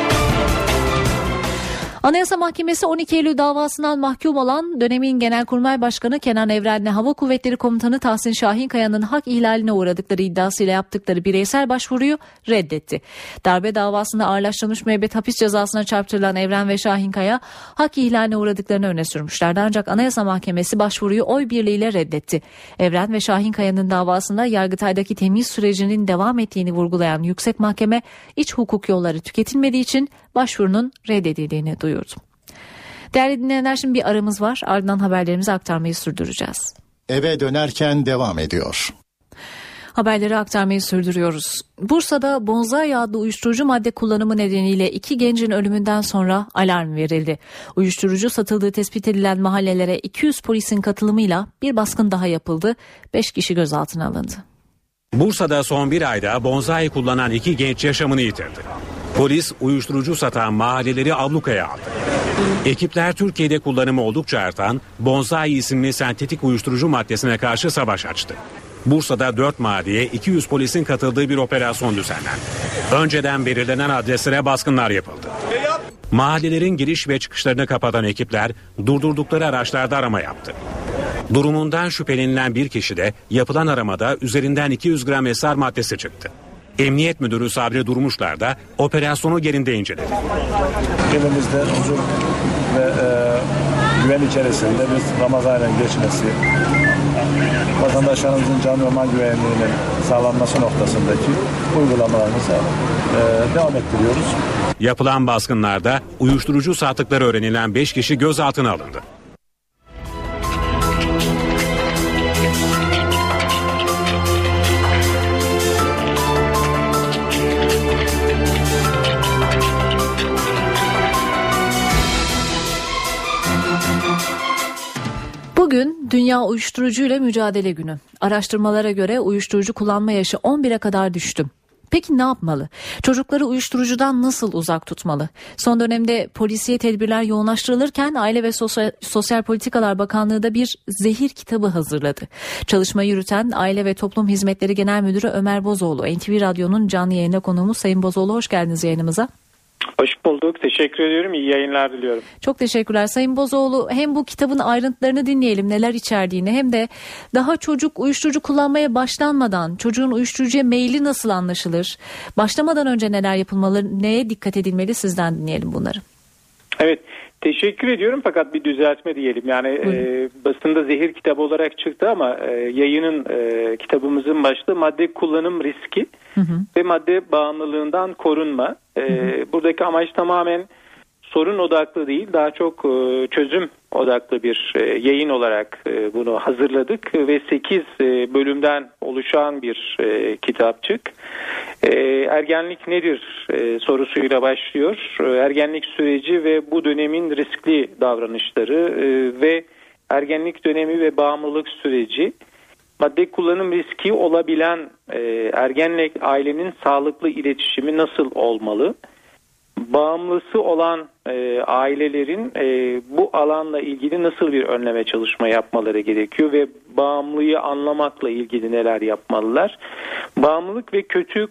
Anayasa Mahkemesi 12 Eylül davasından mahkum olan dönemin Genelkurmay Başkanı Kenan Evren'le Hava Kuvvetleri Komutanı Tahsin Şahinkaya'nın hak ihlaline uğradıkları iddiasıyla yaptıkları bireysel başvuruyu reddetti. Darbe davasında ağırlaştırılmış müebbet hapis cezasına çarptırılan Evren ve Şahinkaya hak ihlaline uğradıklarını öne sürmüşlerdi ancak Anayasa Mahkemesi başvuruyu oy birliğiyle reddetti. Evren ve Şahinkaya'nın davasında Yargıtay'daki temyiz sürecinin devam ettiğini vurgulayan Yüksek Mahkeme iç hukuk yolları tüketilmediği için başvurunun reddedildiğini duyurdu. Değerli dinleyenler, şimdi bir aramız var. Ardından haberlerimizi aktarmayı sürdüreceğiz. Eve dönerken devam ediyor. Haberleri aktarmayı sürdürüyoruz. Bursa'da bonsai adlı uyuşturucu madde kullanımı nedeniyle 2 gencin ölümünden sonra alarm verildi. Uyuşturucu satıldığı tespit edilen mahallelere 200 polisin katılımıyla bir baskın daha yapıldı. 5 kişi gözaltına alındı. Bursa'da son bir ayda bonsai kullanan 2 genç yaşamını yitirdi. Polis uyuşturucu satan mahalleleri ablukaya aldı. Ekipler Türkiye'de kullanımı oldukça artan bonsai isimli sentetik uyuşturucu maddesine karşı savaş açtı. Bursa'da 4 mahalleye 200 polisin katıldığı bir operasyon düzenlendi. Önceden belirlenen adreslere baskınlar yapıldı. Mahallelerin giriş ve çıkışlarını kapatan ekipler durdurdukları araçlarda arama yaptı. Durumundan şüphelenilen bir kişi de yapılan aramada üzerinden 200 gram esrar maddesi çıktı. Emniyet Müdürü Sabri Durmuşlar da operasyonu yerinde inceledi. Elimizde huzur ve güven içerisinde bir Ramazan ayının geçmesi, vatandaşlarımızın can ve mal güvenliğinin sağlanması noktasındaki uygulamalarımızı devam ettiriyoruz. Yapılan baskınlarda uyuşturucu sattıkları öğrenilen 5 kişi gözaltına alındı. Bugün Dünya Uyuşturucuyla Mücadele Günü. Araştırmalara göre uyuşturucu kullanma yaşı 11'e kadar düştü. Peki ne yapmalı? Çocukları uyuşturucudan nasıl uzak tutmalı? Son dönemde polisiye tedbirler yoğunlaştırılırken Aile ve Sosyal Politikalar Bakanlığı da bir zehir kitabı hazırladı. Çalışmayı yürüten Aile ve Toplum Hizmetleri Genel Müdürü Ömer Bozoğlu, NTV Radyo'nun canlı yayında konuğumuz. Sayın Bozoğlu, hoş geldiniz yayınımıza. Hoş bulduk. Teşekkür ediyorum. İyi yayınlar diliyorum. Çok teşekkürler Sayın Bozoğlu. Hem bu kitabın ayrıntılarını dinleyelim, neler içerdiğini, hem de daha çocuk uyuşturucu kullanmaya başlanmadan çocuğun uyuşturucuya meyli nasıl anlaşılır? Başlamadan önce neler yapılmalı, neye dikkat edilmeli, sizden dinleyelim bunları. Evet. Teşekkür ediyorum fakat bir düzeltme diyelim. Yani basında zehir kitabı olarak çıktı ama yayının kitabımızın başlığı madde kullanım riski ve madde bağımlılığından korunma. Buradaki amaç tamamen sorun odaklı değil, daha çok çözüm odaklı bir yayın olarak bunu hazırladık ve 8 bölümden oluşan bir kitapçık. Ergenlik nedir sorusuyla başlıyor. Ergenlik süreci ve bu dönemin riskli davranışları ve ergenlik dönemi ve bağımlılık süreci, madde kullanım riski olabilen ergenle ailenin sağlıklı iletişimi nasıl olmalı? Bağımlısı olan ailelerin bu alanla ilgili nasıl bir önleme çalışma yapmaları gerekiyor ve bağımlıyı anlamakla ilgili neler yapmalılar? Bağımlılık ve kötüye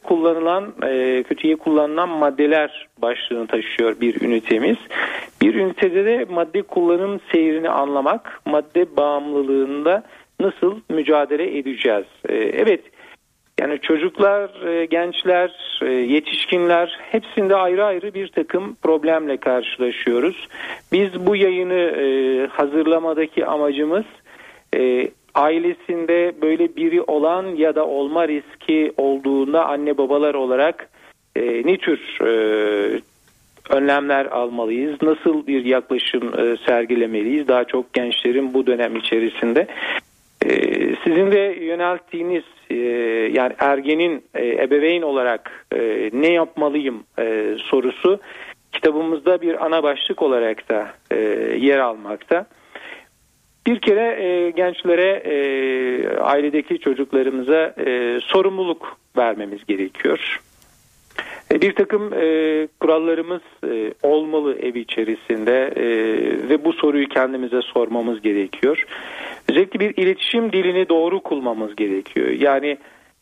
kullanılan maddeler başlığını taşıyor bir ünitemiz. Bir ünitede de madde kullanım seyrini anlamak, madde bağımlılığında nasıl mücadele edeceğiz? Evet. Yani çocuklar, gençler, yetişkinler hepsinde ayrı ayrı bir takım problemle karşılaşıyoruz. Biz bu yayını hazırlamadaki amacımız ailesinde böyle biri olan ya da olma riski olduğunda anne babalar olarak ne tür önlemler almalıyız, nasıl bir yaklaşım sergilemeliyiz daha çok gençlerin bu dönem içerisinde. Sizin de yönelttiğiniz yani ergenin ebeveyn olarak ne yapmalıyım sorusu kitabımızda bir ana başlık olarak da yer almakta. Bir kere gençlere, ailedeki çocuklarımıza sorumluluk vermemiz gerekiyor. Bir takım kurallarımız olmalı ev içerisinde ve bu soruyu kendimize sormamız gerekiyor. Özellikle bir iletişim dilini doğru kullanmamız gerekiyor. Yani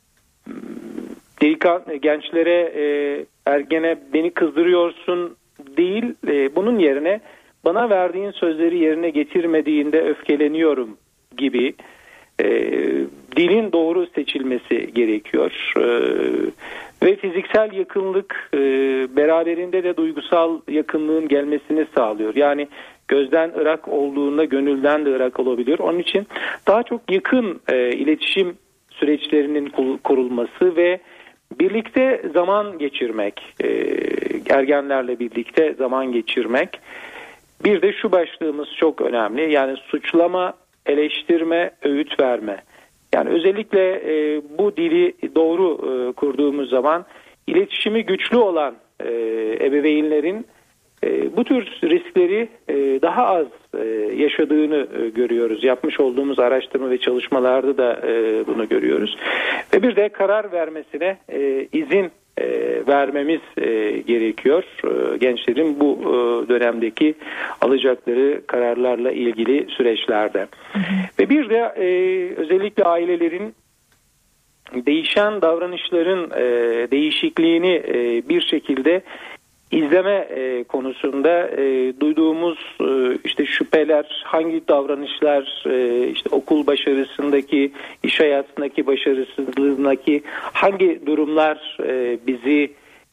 gençlere, ergene beni kızdırıyorsun değil, bunun yerine bana verdiğin sözleri yerine getirmediğinde öfkeleniyorum gibi dilin doğru seçilmesi gerekiyor. Ve fiziksel yakınlık beraberinde de duygusal yakınlığın gelmesini sağlıyor. Yani gözden ırak olduğunda gönülden de ırak olabiliyor. Onun için daha çok yakın iletişim süreçlerinin kurulması ve birlikte zaman geçirmek, ergenlerle birlikte zaman geçirmek. Bir de şu başlığımız çok önemli. Yani suçlama, eleştirme, öğüt verme. Yani özellikle bu dili doğru kurduğumuz zaman iletişimi güçlü olan ebeveynlerin bu tür riskleri daha az yaşadığını görüyoruz. Yapmış olduğumuz araştırma ve çalışmalarda da bunu görüyoruz. Ve bir de karar vermesine izin vermemiz gerekiyor. Gençlerin bu dönemdeki alacakları kararlarla ilgili süreçlerde. Ve bir de özellikle ailelerin değişen davranışların değişikliğini bir şekilde izleme konusunda duyduğumuz işte şüpheler, hangi davranışlar işte okul başarısındaki, iş hayatındaki başarısızlığındaki hangi durumlar bizi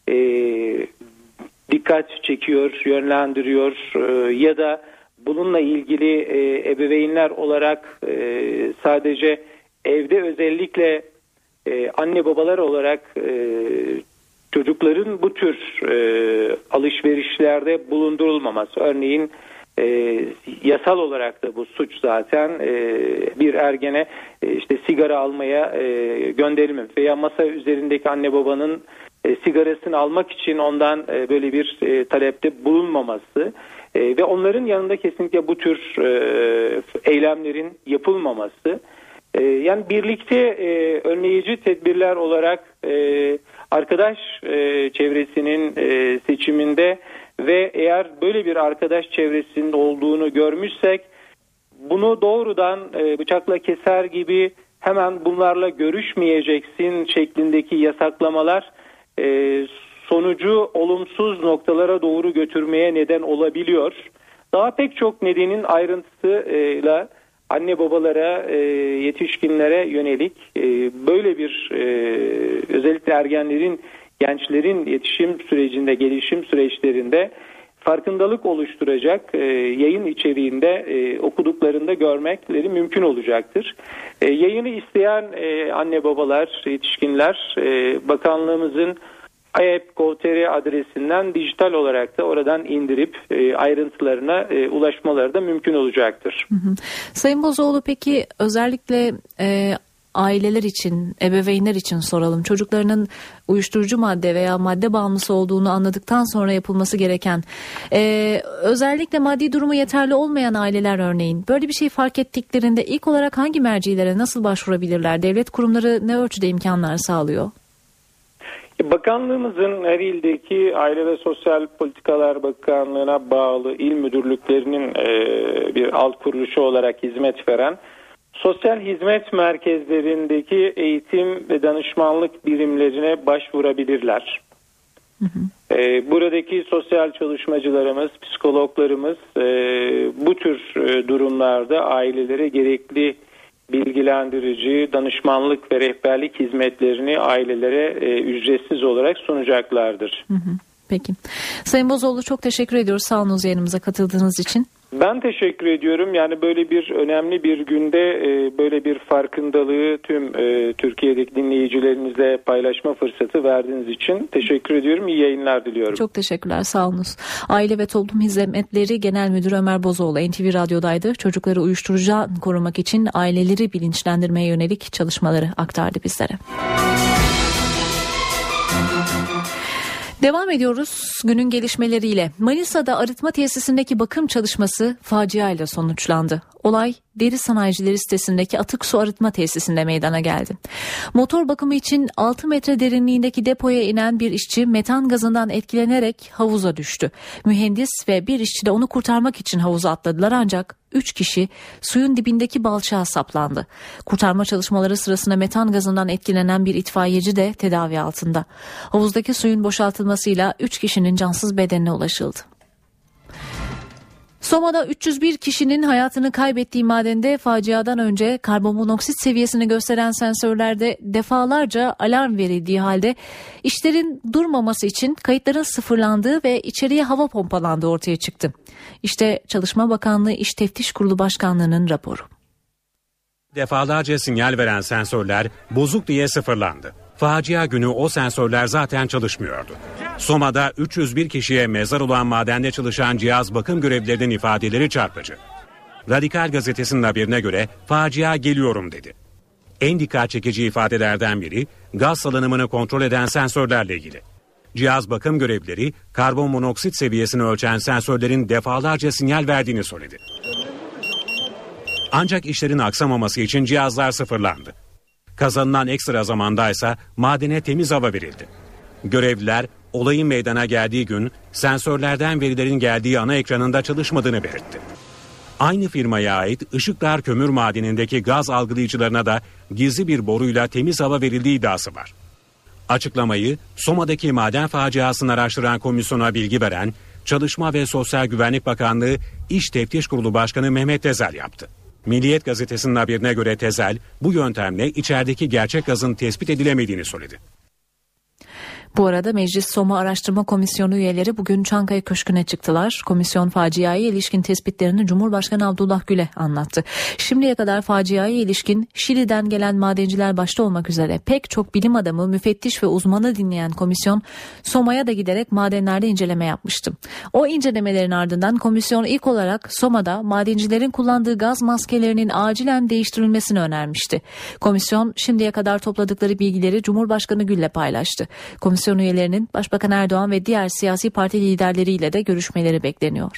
dikkat çekiyor, yönlendiriyor ya da bununla ilgili ebeveynler olarak sadece evde özellikle anne babalar olarak çocukların bu tür alışverişlerde bulundurulmaması. Örneğin yasal olarak da bu suç zaten bir ergene işte sigara almaya gönderilmem veya masa üzerindeki anne babanın sigarasını almak için ondan böyle bir talepte bulunmaması ve onların yanında kesinlikle bu tür eylemlerin yapılmaması. Yani birlikte önleyici tedbirler olarak arkadaş çevresinin seçiminde ve eğer böyle bir arkadaş çevresinin olduğunu görmüşsek bunu doğrudan bıçakla keser gibi hemen bunlarla görüşmeyeceksin şeklindeki yasaklamalar sonucu olumsuz noktalara doğru götürmeye neden olabiliyor. Daha pek çok nedenin ayrıntısıyla anne babalara, yetişkinlere yönelik böyle bir özellikle ergenlerin, gençlerin yetişim sürecinde, gelişim süreçlerinde farkındalık oluşturacak yayın içeriğinde okuduklarında görmekleri mümkün olacaktır. Yayını isteyen anne babalar, yetişkinler bakanlığımızın ayep.gov.tr adresinden dijital olarak da oradan indirip ayrıntılarına ulaşmaları da mümkün olacaktır. Sayın Bozoğlu, peki özellikle aileler için, ebeveynler için soralım. Çocuklarının uyuşturucu madde veya madde bağımlısı olduğunu anladıktan sonra yapılması gereken, özellikle maddi durumu yeterli olmayan aileler örneğin böyle bir şey fark ettiklerinde ilk olarak hangi mercilere nasıl başvurabilirler? Devlet kurumları ne ölçüde imkanlar sağlıyor? Bakanlığımızın her ildeki Aile ve Sosyal Politikalar Bakanlığı'na bağlı il müdürlüklerinin bir alt kuruluşu olarak hizmet veren sosyal hizmet merkezlerindeki eğitim ve danışmanlık birimlerine başvurabilirler. Buradaki sosyal çalışmacılarımız, psikologlarımız bu tür durumlarda ailelere gerekli bilgilendirici, danışmanlık ve rehberlik hizmetlerini ailelere ücretsiz olarak sunacaklardır. Peki. Sayın Bozoğlu, çok teşekkür ediyoruz. Sağ olun yayınımıza katıldığınız için. Ben teşekkür ediyorum. Yani böyle bir önemli bir günde böyle bir farkındalığı tüm Türkiye'deki dinleyicilerinize paylaşma fırsatı verdiğiniz için teşekkür ediyorum. İyi yayınlar diliyorum. Çok teşekkürler. Sağ olunuz. Aile ve Toplum Hizmetleri Genel Müdürü Ömer Bozoğlu NTV Radyo'daydı. Çocukları uyuşturucudan korumak için aileleri bilinçlendirmeye yönelik çalışmaları aktardı bizlere. Devam ediyoruz günün gelişmeleriyle. Manisa'da arıtma tesisindeki bakım çalışması faciayla sonuçlandı. Olay Deri Sanayicileri sitesindeki atık su arıtma tesisinde meydana geldi. Motor bakımı için 6 metre derinliğindeki depoya inen bir işçi metan gazından etkilenerek havuza düştü. Mühendis ve bir işçi de onu kurtarmak için havuza atladılar ancak 3 kişi suyun dibindeki balçağa saplandı. Kurtarma çalışmaları sırasında metan gazından etkilenen bir itfaiyeci de tedavi altında. Havuzdaki suyun boşaltılmasıyla 3 kişinin cansız bedenine ulaşıldı. Soma'da 301 kişinin hayatını kaybettiği madende faciadan önce karbonmonoksit seviyesini gösteren sensörlerde defalarca alarm verildiği halde işlerin durmaması için kayıtların sıfırlandığı ve içeriye hava pompalandığı ortaya çıktı. İşte Çalışma Bakanlığı İş Teftiş Kurulu Başkanlığı'nın raporu. Defalarca sinyal veren sensörler bozuk diye sıfırlandı. Facia günü o sensörler zaten çalışmıyordu. Soma'da 301 kişiye mezar olan madende çalışan cihaz bakım görevlilerinin ifadeleri çarpıcı. Radikal gazetesinin haberine göre facia geliyorum dedi. En dikkat çekici ifadelerden biri gaz salınımını kontrol eden sensörlerle ilgili. Cihaz bakım görevlileri karbon monoksit seviyesini ölçen sensörlerin defalarca sinyal verdiğini söyledi. Ancak işlerin aksamaması için cihazlar sıfırlandı. Kazanılan ekstra zamandaysa madene temiz hava verildi. Görevliler olayın meydana geldiği gün sensörlerden verilerin geldiği ana ekranında çalışmadığını belirtti. Aynı firmaya ait Işıklar Kömür Madeni'ndeki gaz algılayıcılarına da gizli bir boruyla temiz hava verildiği iddiası var. Açıklamayı Soma'daki maden faciasını araştıran komisyona bilgi veren Çalışma ve Sosyal Güvenlik Bakanlığı İş Teftiş Kurulu Başkanı Mehmet Tezel yaptı. Milliyet gazetesinin haberine göre Tezel bu yöntemle içerideki gerçek gazın tespit edilemediğini söyledi. Bu arada Meclis Soma Araştırma Komisyonu üyeleri bugün Çankaya Köşkü'ne çıktılar. Komisyon faciaya ilişkin tespitlerini Cumhurbaşkanı Abdullah Gül'e anlattı. Şimdiye kadar faciaya ilişkin Şili'den gelen madenciler başta olmak üzere pek çok bilim adamı, müfettiş ve uzmanı dinleyen komisyon Soma'ya da giderek madenlerde inceleme yapmıştı. O incelemelerin ardından komisyon ilk olarak Soma'da madencilerin kullandığı gaz maskelerinin acilen değiştirilmesini önermişti. Komisyon şimdiye kadar topladıkları bilgileri Cumhurbaşkanı Gül'le paylaştı. Komisyon üyelerinin Başbakan Erdoğan ve diğer siyasi parti liderleriyle de görüşmeleri bekleniyor.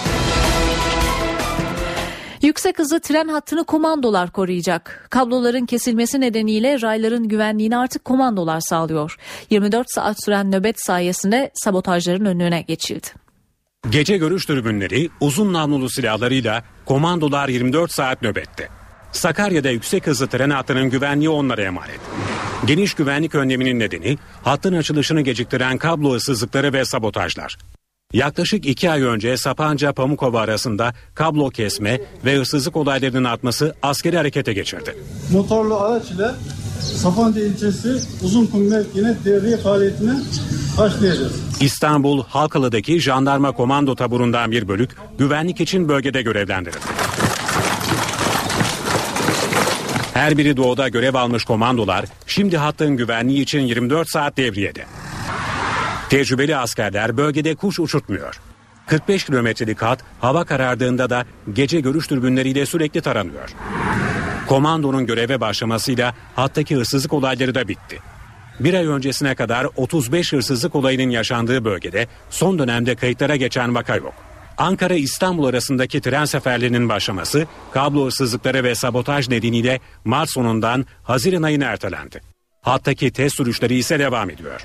Yüksek hızlı tren hattını komandolar koruyacak. Kabloların kesilmesi nedeniyle rayların güvenliğini artık komandolar sağlıyor. 24 saat süren nöbet sayesinde sabotajların önüne geçildi. Gece görüş tribünleri uzun namlulu silahlarıyla komandolar 24 saat nöbette. Sakarya'da yüksek hızlı tren hattının güvenliği onlara emanet. Geniş güvenlik önleminin nedeni hattın açılışını geciktiren kablo hırsızlıkları ve sabotajlar. Yaklaşık 2 ay önce Sapanca-Pamukova arasında kablo kesme ve hırsızlık olaylarının artması askeri harekete geçirdi. Motorlu araç ile Sapanca ilçesi Uzunkum mevkiine devriye faaliyetine başlayacağız. İstanbul Halkalı'daki jandarma komando taburundan bir bölük güvenlik için bölgede görevlendirildi. Her biri doğuda görev almış komandolar şimdi hattın güvenliği için 24 saat devriyede. Tecrübeli askerler bölgede kuş uçurtmuyor. 45 kilometrelik hat hava karardığında da gece görüş türbünleriyle sürekli taranıyor. Komandonun göreve başlamasıyla hattaki hırsızlık olayları da bitti. Bir ay öncesine kadar 35 hırsızlık olayının yaşandığı bölgede son dönemde kayıtlara geçen vaka yok. Ankara-İstanbul arasındaki tren seferlerinin başlaması kablo hırsızlıkları ve sabotaj nedeniyle Mart sonundan Haziran ayına ertelendi. Hattaki test sürüşleri ise devam ediyor.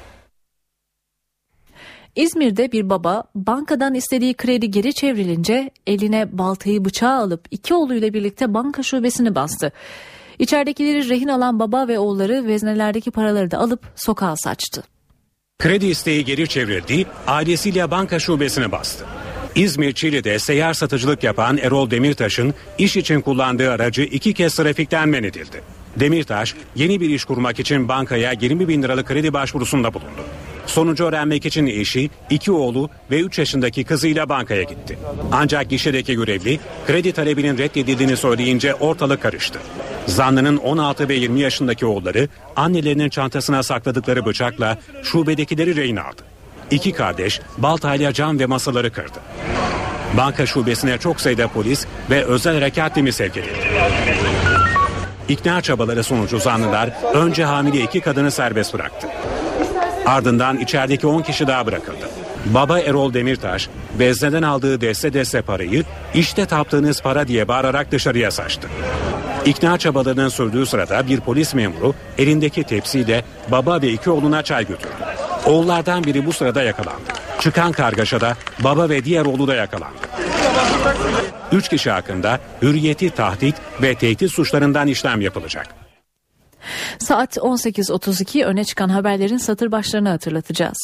İzmir'de bir baba bankadan istediği kredi geri çevrilince eline baltayı bıçağı alıp 2 oğluyla birlikte banka şubesini bastı. İçeridekileri rehin alan baba ve oğulları veznelerdeki paraları da alıp sokağa saçtı. Kredi isteği geri çevrildi, ailesiyle banka şubesini bastı. İzmir Çiğli'de seyyar satıcılık yapan Erol Demirtaş'ın iş için kullandığı aracı 2 kez trafikten men edildi. Demirtaş yeni bir iş kurmak için bankaya 20 bin liralık kredi başvurusunda bulundu. Sonucu öğrenmek için eşi, 2 oğlu ve 3 yaşındaki kızıyla bankaya gitti. Ancak gişedeki görevli kredi talebinin reddedildiğini söyleyince ortalık karıştı. Zanlının 16 ve 20 yaşındaki oğulları annelerinin çantasına sakladıkları bıçakla şubedekileri rehin aldı. 2 kardeş baltayla cam ve masaları kırdı. Banka şubesine çok sayıda polis ve özel harekat timi sevk edildi. İkna çabaları sonucu zanlılar önce hamile 2 kadını serbest bıraktı. Ardından içerideki 10 kişi daha bırakıldı. Baba Erol Demirtaş vezneden aldığı deste parayı işte taptığınız para diye bağırarak dışarıya saçtı. İkna çabalarının sürdüğü sırada bir polis memuru elindeki tepsiyle baba ve 2 oğluna çay götürdü. Oğullardan biri bu sırada yakalandı. Çıkan kargaşada baba ve diğer oğlu da yakalandı. 3 kişi hakkında hürriyeti tahdit ve tehdit suçlarından işlem yapılacak. Saat 18.32 öne çıkan haberlerin satır başlarını hatırlatacağız.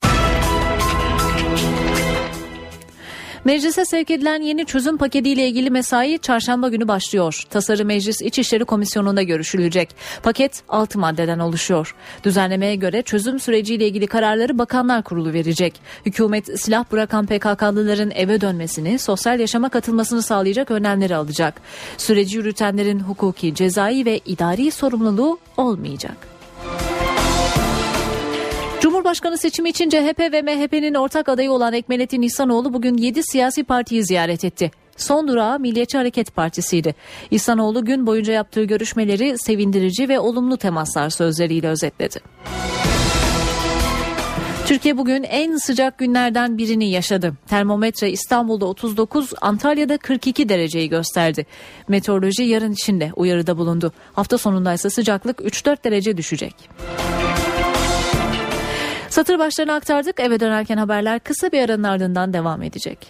Meclise sevk edilen yeni çözüm paketiyle ilgili mesai çarşamba günü başlıyor. Tasarı Meclis İçişleri Komisyonu'nda görüşülecek. Paket 6 maddeden oluşuyor. Düzenlemeye göre çözüm süreciyle ilgili kararları Bakanlar Kurulu verecek. Hükümet silah bırakan PKK'lıların eve dönmesini, sosyal yaşama katılmasını sağlayacak önlemleri alacak. Süreci yürütenlerin hukuki, cezai ve idari sorumluluğu olmayacak. Cumhurbaşkanı seçimi için CHP ve MHP'nin ortak adayı olan Ekmelettin İhsanoğlu bugün 7 siyasi partiyi ziyaret etti. Son durağı Milliyetçi Hareket Partisi'ydi. İhsanoğlu gün boyunca yaptığı görüşmeleri sevindirici ve olumlu temaslar sözleriyle özetledi. Türkiye bugün en sıcak günlerden birini yaşadı. Termometre İstanbul'da 39, Antalya'da 42 dereceyi gösterdi. Meteoroloji yarın için de uyarıda bulundu. Hafta sonundaysa sıcaklık 3-4 derece düşecek. Satır başlarını aktardık. Eve dönerken haberler kısa bir aranın ardından devam edecek.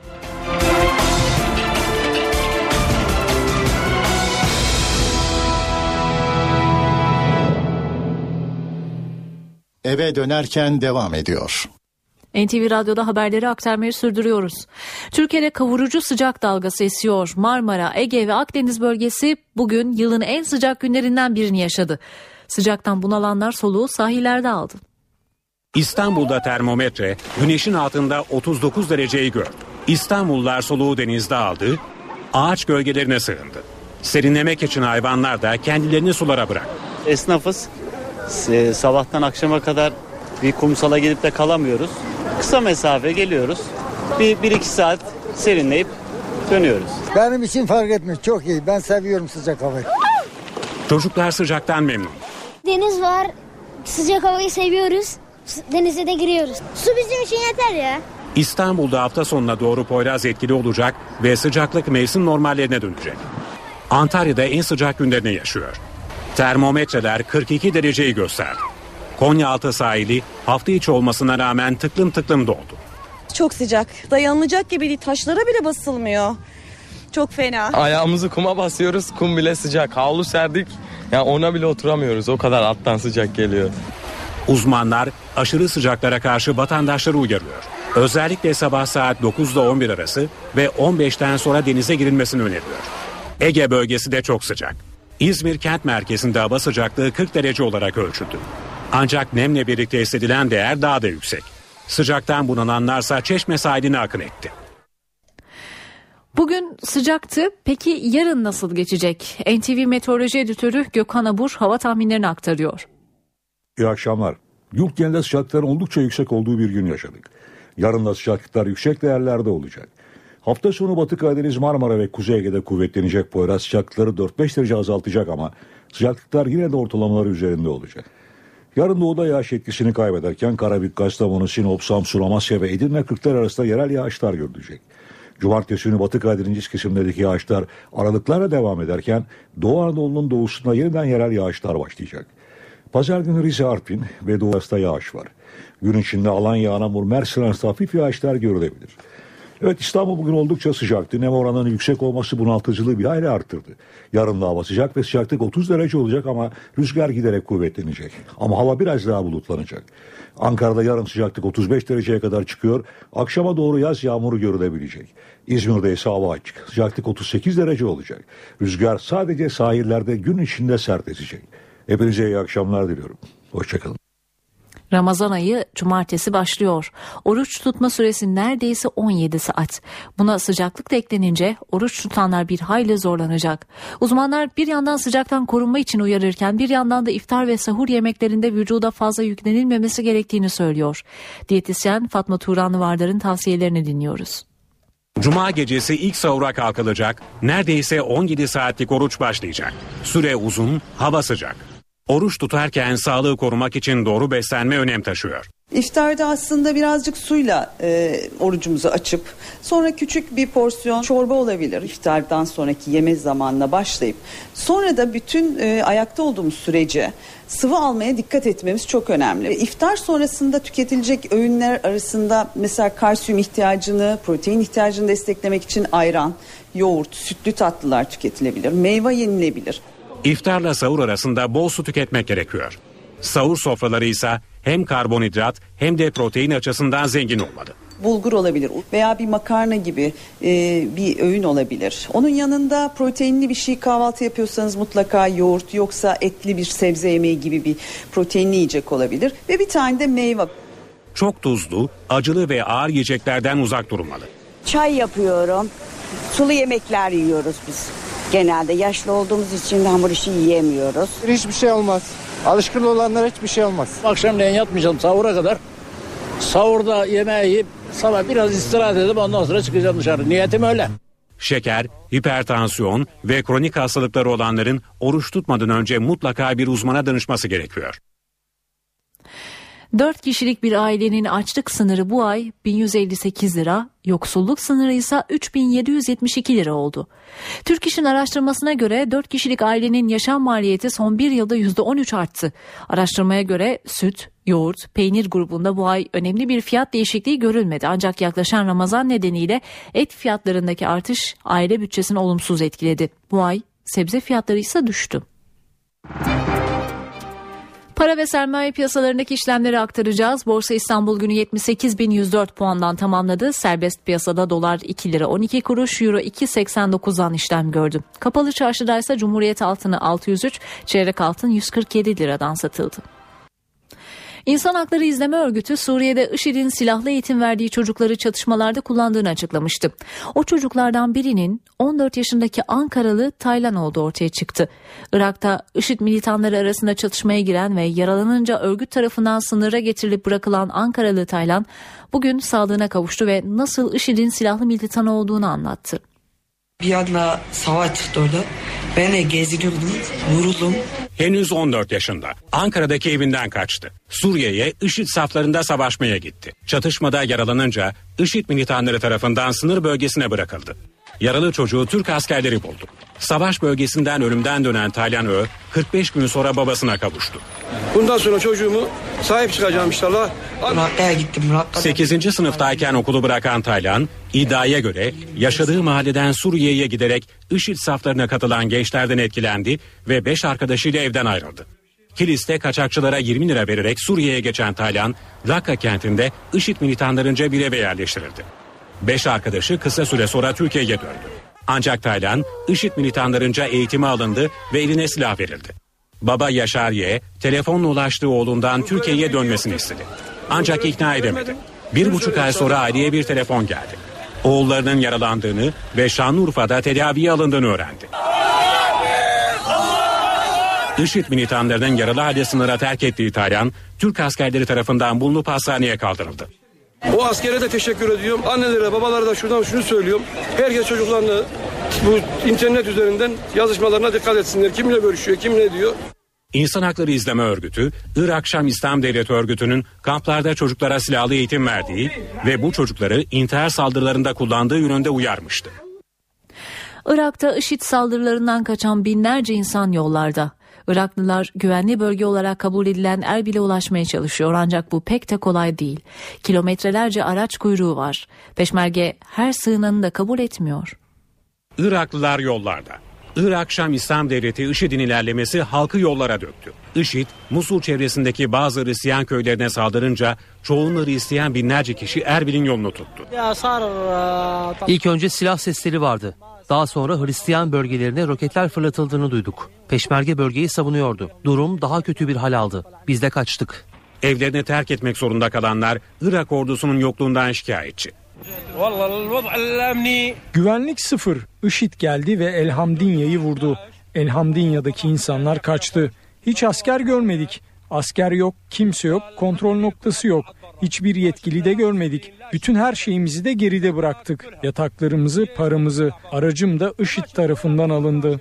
Eve dönerken devam ediyor. NTV Radyo'da haberleri aktarmayı sürdürüyoruz. Türkiye'de kavurucu sıcak dalgası esiyor. Marmara, Ege ve Akdeniz bölgesi bugün yılın en sıcak günlerinden birini yaşadı. Sıcaktan bunalanlar soluğu sahillerde aldı. İstanbul'da termometre güneşin altında 39 dereceyi gördü. İstanbullular soluğu denizde aldı, ağaç gölgelerine sığındı. Serinlemek için hayvanlar da kendilerini sulara bıraktı. Esnafız. Sabahtan akşama kadar bir kumsala gidip de kalamıyoruz. Kısa mesafe geliyoruz. Bir iki saat serinleyip dönüyoruz. Benim için fark etmiyor. Çok iyi. Ben seviyorum sıcak havayı. Çocuklar sıcaktan memnun. Deniz var. Sıcak havayı seviyoruz. Denize de giriyoruz. Su bizim için yeter ya. İstanbul'da hafta sonuna doğru Poyraz etkili olacak ve sıcaklık mevsim normallerine dönecek. Antalya'da en sıcak günlerini yaşıyor. Termometreler 42 dereceyi gösterdi. Konyaaltı sahili hafta içi olmasına rağmen tıklım tıklım doldu. Çok sıcak. Dayanılacak gibi değil. Taşlara bile basılmıyor. Çok fena. Ayağımızı kuma basıyoruz. Kum bile sıcak. Havlu serdik. Yani ona bile oturamıyoruz. O kadar alttan sıcak geliyor. Uzmanlar aşırı sıcaklara karşı vatandaşları uyarıyor. Özellikle sabah saat 9 ile 11 arası ve 15'ten sonra denize girilmesini öneriyor. Ege bölgesi de çok sıcak. İzmir kent merkezinde hava sıcaklığı 40 derece olarak ölçüldü. Ancak nemle birlikte hissedilen değer daha da yüksek. Sıcaktan bunalanlarsa Çeşme sahiline akın etti. Bugün sıcaktı. Peki yarın nasıl geçecek? NTV Meteoroloji Editörü Gökhan Abur hava tahminlerini aktarıyor. İyi akşamlar. Yurt genelinde sıcaklıkların oldukça yüksek olduğu bir gün yaşadık. Yarın da sıcaklıklar yüksek değerlerde olacak. Hafta sonu Batı Karadeniz, Marmara ve Kuzey Ege'de kuvvetlenecek Poyraz sıcaklıkları 4-5 derece azaltacak ama sıcaklıklar yine de ortalamaları üzerinde olacak. Yarın doğuda yağış etkisini kaybederken Karabük, Kastamonu, Sinop, Samsun, Amasya ve Edirne Kırklar arasında yerel yağışlar görülecek. Cumartesi günü Batı Karadeniz kesimlerindeki yağışlar aralıklarla devam ederken Doğu Anadolu'nun doğusunda yeniden yerel yağışlar başlayacak. Pazar günü Rize, Artvin ve Doğu As'ta yağış var. Gün içinde Alanya, Anamur, Mersin arasında hafif yağışlar görülebilir. Evet, İstanbul bugün oldukça sıcaktı. Nem oranının yüksek olması bunaltıcılığı bir hayli arttırdı. Yarın da hava sıcak ve sıcaklık 30 derece olacak ama rüzgar giderek kuvvetlenecek. Ama hava biraz daha bulutlanacak. Ankara'da yarın sıcaklık 35 dereceye kadar çıkıyor. Akşama doğru yaz yağmuru görülebilecek. İzmir'de ise hava açık. Sıcaklık 38 derece olacak. Rüzgar sadece sahillerde gün içinde sert esecek. Hepinize iyi akşamlar diliyorum. Hoşçakalın. Ramazan ayı cumartesi başlıyor. Oruç tutma süresi neredeyse 17 saat. Buna sıcaklık da eklenince oruç tutanlar bir hayli zorlanacak. Uzmanlar bir yandan sıcaktan korunma için uyarırken bir yandan da iftar ve sahur yemeklerinde vücuda fazla yüklenilmemesi gerektiğini söylüyor. Diyetisyen Fatma Turanlı Vardar'ın tavsiyelerini dinliyoruz. Cuma gecesi ilk sahura kalkılacak, neredeyse 17 saatlik oruç başlayacak. Süre uzun, hava sıcak. Oruç tutarken sağlığı korumak için doğru beslenme önem taşıyor. İftarda aslında birazcık suyla orucumuzu açıp sonra küçük bir porsiyon çorba olabilir. İftardan sonraki yeme zamanına başlayıp sonra da bütün ayakta olduğumuz sürece sıvı almaya dikkat etmemiz çok önemli. İftar sonrasında tüketilecek öğünler arasında mesela kalsiyum ihtiyacını, protein ihtiyacını desteklemek için ayran, yoğurt, sütlü tatlılar tüketilebilir, meyve yenilebilir. İftarla sahur arasında bol su tüketmek gerekiyor. Sahur sofraları ise hem karbonhidrat hem de protein açısından zengin olmalı. Bulgur olabilir veya bir makarna gibi bir öğün olabilir. Onun yanında proteinli bir şey kahvaltı yapıyorsanız mutlaka yoğurt, yoksa etli bir sebze yemeği gibi bir proteinli yiyecek olabilir. Ve bir tane de meyve. Çok tuzlu, acılı ve ağır yiyeceklerden uzak durulmalı. Çay yapıyorum, sulu yemekler yiyoruz biz. Genelde yaşlı olduğumuz için hamur işi yiyemiyoruz. Hiçbir şey olmaz. Alışkın olanlara hiçbir şey olmaz. Akşamleyin yatmayacağım sahura kadar. Sahurda yemeği yiyip sabah biraz istirahat edip ondan sonra çıkacağım dışarı. Niyetim öyle. Şeker, hipertansiyon ve kronik hastalıkları olanların oruç tutmadan önce mutlaka bir uzmana danışması gerekiyor. 4 kişilik bir ailenin açlık sınırı bu ay 1158 lira, yoksulluk sınırı ise 3772 lira oldu. Türk İş'in araştırmasına göre 4 kişilik ailenin yaşam maliyeti son bir yılda %13 arttı. Araştırmaya göre süt, yoğurt, peynir grubunda bu ay önemli bir fiyat değişikliği görülmedi. Ancak yaklaşan Ramazan nedeniyle et fiyatlarındaki artış aile bütçesini olumsuz etkiledi. Bu ay sebze fiyatları ise düştü. Para ve sermaye piyasalarındaki işlemleri aktaracağız. Borsa İstanbul günü 78.104 puandan tamamladı. Serbest piyasada dolar 2 lira 12 kuruş, euro 2.89'dan işlem gördü. Kapalı çarşıda ise Cumhuriyet altını 603, çeyrek altın 147 liradan satıldı. İnsan Hakları İzleme Örgütü Suriye'de IŞİD'in silahlı eğitim verdiği çocukları çatışmalarda kullandığını açıklamıştı. O çocuklardan birinin 14 yaşındaki Ankaralı Taylan olduğu ortaya çıktı. Irak'ta IŞİD militanları arasında çatışmaya giren ve yaralanınca örgüt tarafından sınıra getirilip bırakılan Ankaralı Taylan bugün sağlığına kavuştu ve nasıl IŞİD'in silahlı militanı olduğunu anlattı. Bir anda savaş çıktı orada. Ben de geziyordum, vuruldum. Henüz 14 yaşında. Ankara'daki evinden kaçtı. Suriye'ye IŞİD saflarında savaşmaya gitti. Çatışmada yaralanınca IŞİD militanları tarafından sınır bölgesine bırakıldı. Yaralı çocuğu Türk askerleri buldu. Savaş bölgesinden ölümden dönen Taylan Ö 45 gün sonra babasına kavuştu. Bundan sonra çocuğumu sahip çıkacağım inşallah. Rakka'ya gittim. 8. sınıftayken okulu bırakan Taylan, iddiaya göre yaşadığı mahalleden Suriye'ye giderek IŞİD saflarına katılan gençlerden etkilendi ve 5 arkadaşıyla evden ayrıldı. Kilis'te kaçakçılara 20 lira vererek Suriye'ye geçen Taylan, Rakka kentinde IŞİD militanlarınca bir eve yerleştirildi. 5 arkadaşı kısa süre sonra Türkiye'ye döndü. Ancak Taylan, IŞİD militanlarınca eğitime alındı ve eline silah verildi. Baba Yaşar Y, telefonla ulaştığı oğlundan Türkiye'ye dönmesini istedi. Ancak ikna edemedi. 1,5 ay sonra aileye bir telefon geldi. Oğullarının yaralandığını ve Şanlıurfa'da tedaviye alındığını öğrendi. IŞİD militanlarının yaralı halde sınıra terk ettiği Taylan, Türk askerleri tarafından bulunup hastaneye kaldırıldı. O askere de teşekkür ediyorum. Annelere, babalara da şuradan şunu söylüyorum. Herkes çocuklarını bu internet üzerinden yazışmalarına dikkat etsinler. Kimle görüşüyor, kim ne diyor. İnsan Hakları İzleme Örgütü, Irak Şam İslam Devleti Örgütü'nün kamplarda çocuklara silahlı eğitim verdiği ve bu çocukları intihar saldırılarında kullandığı yönünde uyarmıştı. Irak'ta IŞİD saldırılarından kaçan binlerce insan yollarda. Iraklılar güvenli bölge olarak kabul edilen Erbil'e ulaşmaya çalışıyor ancak bu pek de kolay değil. Kilometrelerce araç kuyruğu var. Peşmerge her sığınanı da kabul etmiyor. Iraklılar yollarda. Irak Şam İslam Devleti IŞİD'in ilerlemesi halkı yollara döktü. IŞİD, Musul çevresindeki bazı Hristiyan köylerine saldırınca çoğunluğu Hristiyan binlerce kişi Erbil'in yolunu tuttu. İlk önce silah sesleri vardı. Daha sonra Hristiyan bölgelerine roketler fırlatıldığını duyduk. Peşmerge bölgeyi savunuyordu. Durum daha kötü bir hal aldı. Biz de kaçtık. Evlerini terk etmek zorunda kalanlar Irak ordusunun yokluğundan şikayetçi. Güvenlik sıfır. IŞİD geldi ve Elhamdinya'yı vurdu. Elhamdinya'daki insanlar kaçtı. Hiç asker görmedik. Asker yok, kimse yok, kontrol noktası yok. Hiçbir yetkili de görmedik. Bütün her şeyimizi de geride bıraktık. Yataklarımızı, paramızı. Aracım da IŞİD tarafından alındı.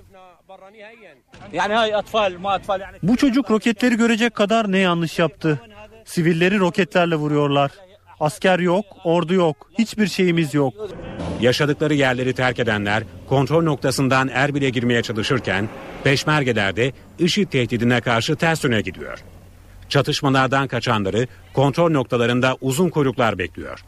Bu çocuk roketleri görecek kadar ne yanlış yaptı? Sivilleri roketlerle vuruyorlar. Asker yok, ordu yok, hiçbir şeyimiz yok. Yaşadıkları yerleri terk edenler kontrol noktasından Erbil'e girmeye çalışırken Peşmergeler de IŞİD tehdidine karşı ters yöne gidiyor. Çatışmalardan kaçanları kontrol noktalarında uzun kuyruklar bekliyor.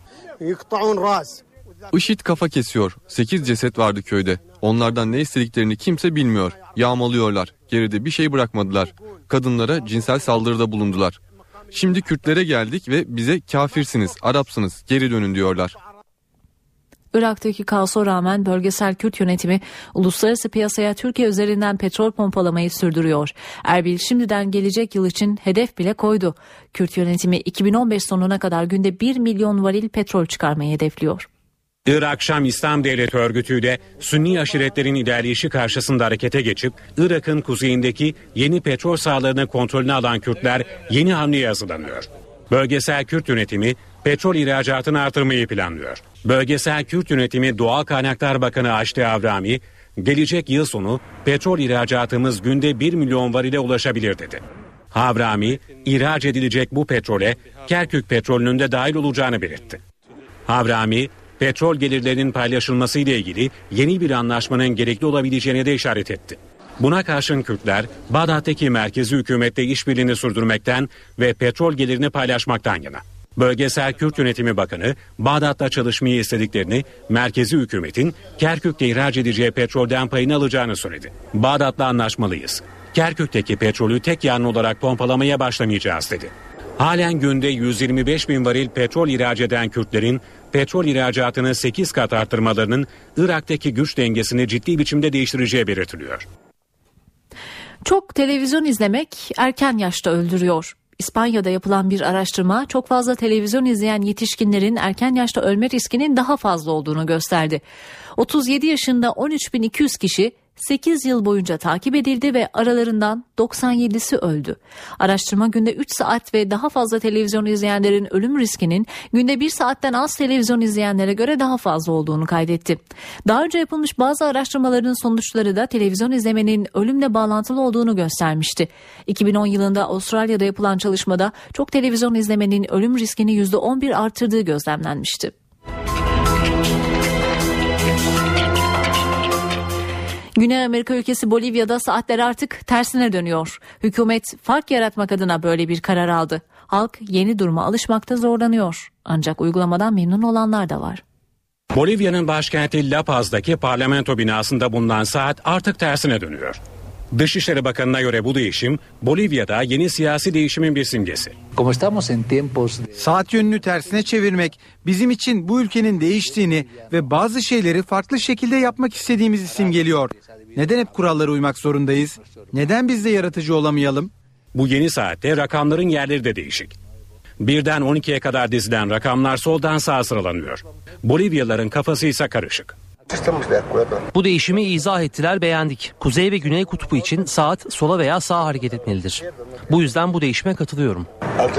IŞİD kafa kesiyor. 8 ceset vardı köyde. Onlardan ne istediklerini kimse bilmiyor. Yağmalıyorlar. Geride bir şey bırakmadılar. Kadınlara cinsel saldırıda bulundular. Şimdi Kürtlere geldik ve bize kafirsiniz, Arapsınız, geri dönün diyorlar. Irak'taki kaosa rağmen bölgesel Kürt yönetimi uluslararası piyasaya Türkiye üzerinden petrol pompalamayı sürdürüyor. Erbil şimdiden gelecek yıl için hedef bile koydu. Kürt yönetimi 2015 sonuna kadar günde 1 milyon varil petrol çıkarmayı hedefliyor. Irak Şam İslam Devleti örgütüyle Sünni aşiretlerin ilerleyişi karşısında harekete geçip Irak'ın kuzeyindeki yeni petrol sahalarını kontrolüne alan Kürtler yeni hamleye hazırlanıyor. Bölgesel Kürt yönetimi petrol ihracatını artırmayı planlıyor. Bölgesel Kürt yönetimi Doğal Kaynaklar Bakanı Haçlı Avrami, gelecek yıl sonu petrol ihracatımız günde 1 milyon varile ulaşabilir dedi. Avrami, ihraç edilecek bu petrole Kerkük petrolünün de dahil olacağını belirtti. Avrami, petrol gelirlerinin paylaşılması ile ilgili yeni bir anlaşmanın gerekli olabileceğine de işaret etti. Buna karşın Kürtler, Bağdat'taki merkezi hükümetle işbirliğini sürdürmekten ve petrol gelirini paylaşmaktan yana. Bölgesel Kürt Yönetimi Bakanı, Bağdat'ta çalışmayı istediklerini, merkezi hükümetin Kerkük'te ihraç edeceği petrolden payını alacağını söyledi. Bağdat'la anlaşmalıyız. Kerkük'teki petrolü tek yanlı olarak pompalamaya başlamayacağız dedi. Halen günde 125 bin varil petrol ihraç eden Kürtlerin petrol ihracatını 8 kat arttırmalarının Irak'taki güç dengesini ciddi biçimde değiştireceği belirtiliyor. Çok televizyon izlemek erken yaşta öldürüyor. İspanya'da yapılan bir araştırma çok fazla televizyon izleyen yetişkinlerin erken yaşta ölme riskinin daha fazla olduğunu gösterdi. 37 yaşında 13.200 kişi 8 yıl boyunca takip edildi ve aralarından 97'si öldü. Araştırma günde 3 saat ve daha fazla televizyon izleyenlerin ölüm riskinin günde 1 saatten az televizyon izleyenlere göre daha fazla olduğunu kaydetti. Daha önce yapılmış bazı araştırmaların sonuçları da televizyon izlemenin ölümle bağlantılı olduğunu göstermişti. 2010 yılında Avustralya'da yapılan çalışmada çok televizyon izlemenin ölüm riskini %11 artırdığı gözlemlenmişti. Güney Amerika ülkesi Bolivya'da saatler artık tersine dönüyor. Hükümet fark yaratmak adına böyle bir karar aldı. Halk yeni duruma alışmakta zorlanıyor. Ancak uygulamadan memnun olanlar da var. Bolivya'nın başkenti La Paz'daki parlamento binasında bulunan saat artık tersine dönüyor. Dışişleri Bakanı'na göre bu değişim Bolivya'da yeni siyasi değişimin bir simgesi. Saat yönünü tersine çevirmek bizim için bu ülkenin değiştiğini ve bazı şeyleri farklı şekilde yapmak istediğimizi simgeliyor. Neden hep kurallara uymak zorundayız? Neden biz de yaratıcı olamayalım? Bu yeni saatte rakamların yerleri de değişik. 1'den 12'ye kadar dizilen rakamlar soldan sağa sıralanıyor. Bolivyalıların kafası ise karışık. Bu değişimi izah ettiler, beğendik. Kuzey ve Güney Kutbu için saat sola veya sağa hareket etmelidir. Bu yüzden bu değişime katılıyorum.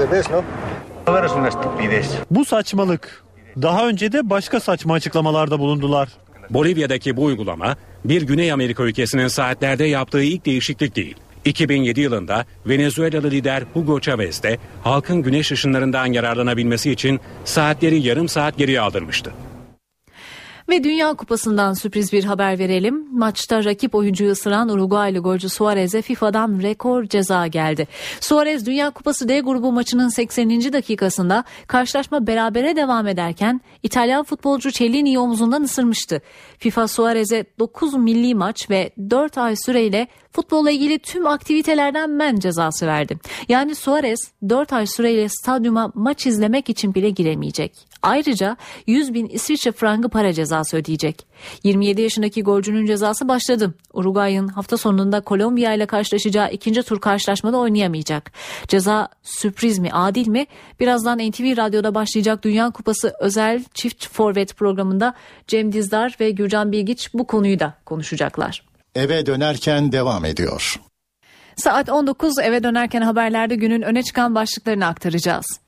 Bu saçmalık. Daha önce de başka saçma açıklamalarda bulundular. Bolivya'daki bu uygulama bir Güney Amerika ülkesinin saatlerde yaptığı ilk değişiklik değil. 2007 yılında Venezuelalı lider Hugo Chavez de halkın güneş ışınlarından yararlanabilmesi için saatleri yarım saat geriye aldırmıştı. Ve Dünya Kupası'ndan sürpriz bir haber verelim. Maçta rakip oyuncuyu ısıran Uruguaylı golcü Suarez'e FIFA'dan rekor ceza geldi. Suarez Dünya Kupası D grubu maçının 80. dakikasında karşılaşma berabere devam ederken İtalyan futbolcu Cellini'yi omzundan ısırmıştı. FIFA Suarez'e 9 milli maç ve 4 ay süreyle futbolla ilgili tüm aktivitelerden men cezası verdi. Yani Suarez 4 ay süreyle stadyuma maç izlemek için bile giremeyecek. Ayrıca 100.000 İsviçre frangı para cezası ödeyecek. 27 yaşındaki golcünün cezası başladı. Uruguay'ın hafta sonunda Kolombiya ile karşılaşacağı ikinci tur karşılaşmada oynayamayacak. Ceza sürpriz mi, adil mi? Birazdan NTV Radyo'da başlayacak Dünya Kupası özel çift forvet programında Cem Dizdar ve Gürcan Bilgiç bu konuyu da konuşacaklar. Eve dönerken devam ediyor. Saat 19 eve dönerken haberlerde günün öne çıkan başlıklarını aktaracağız.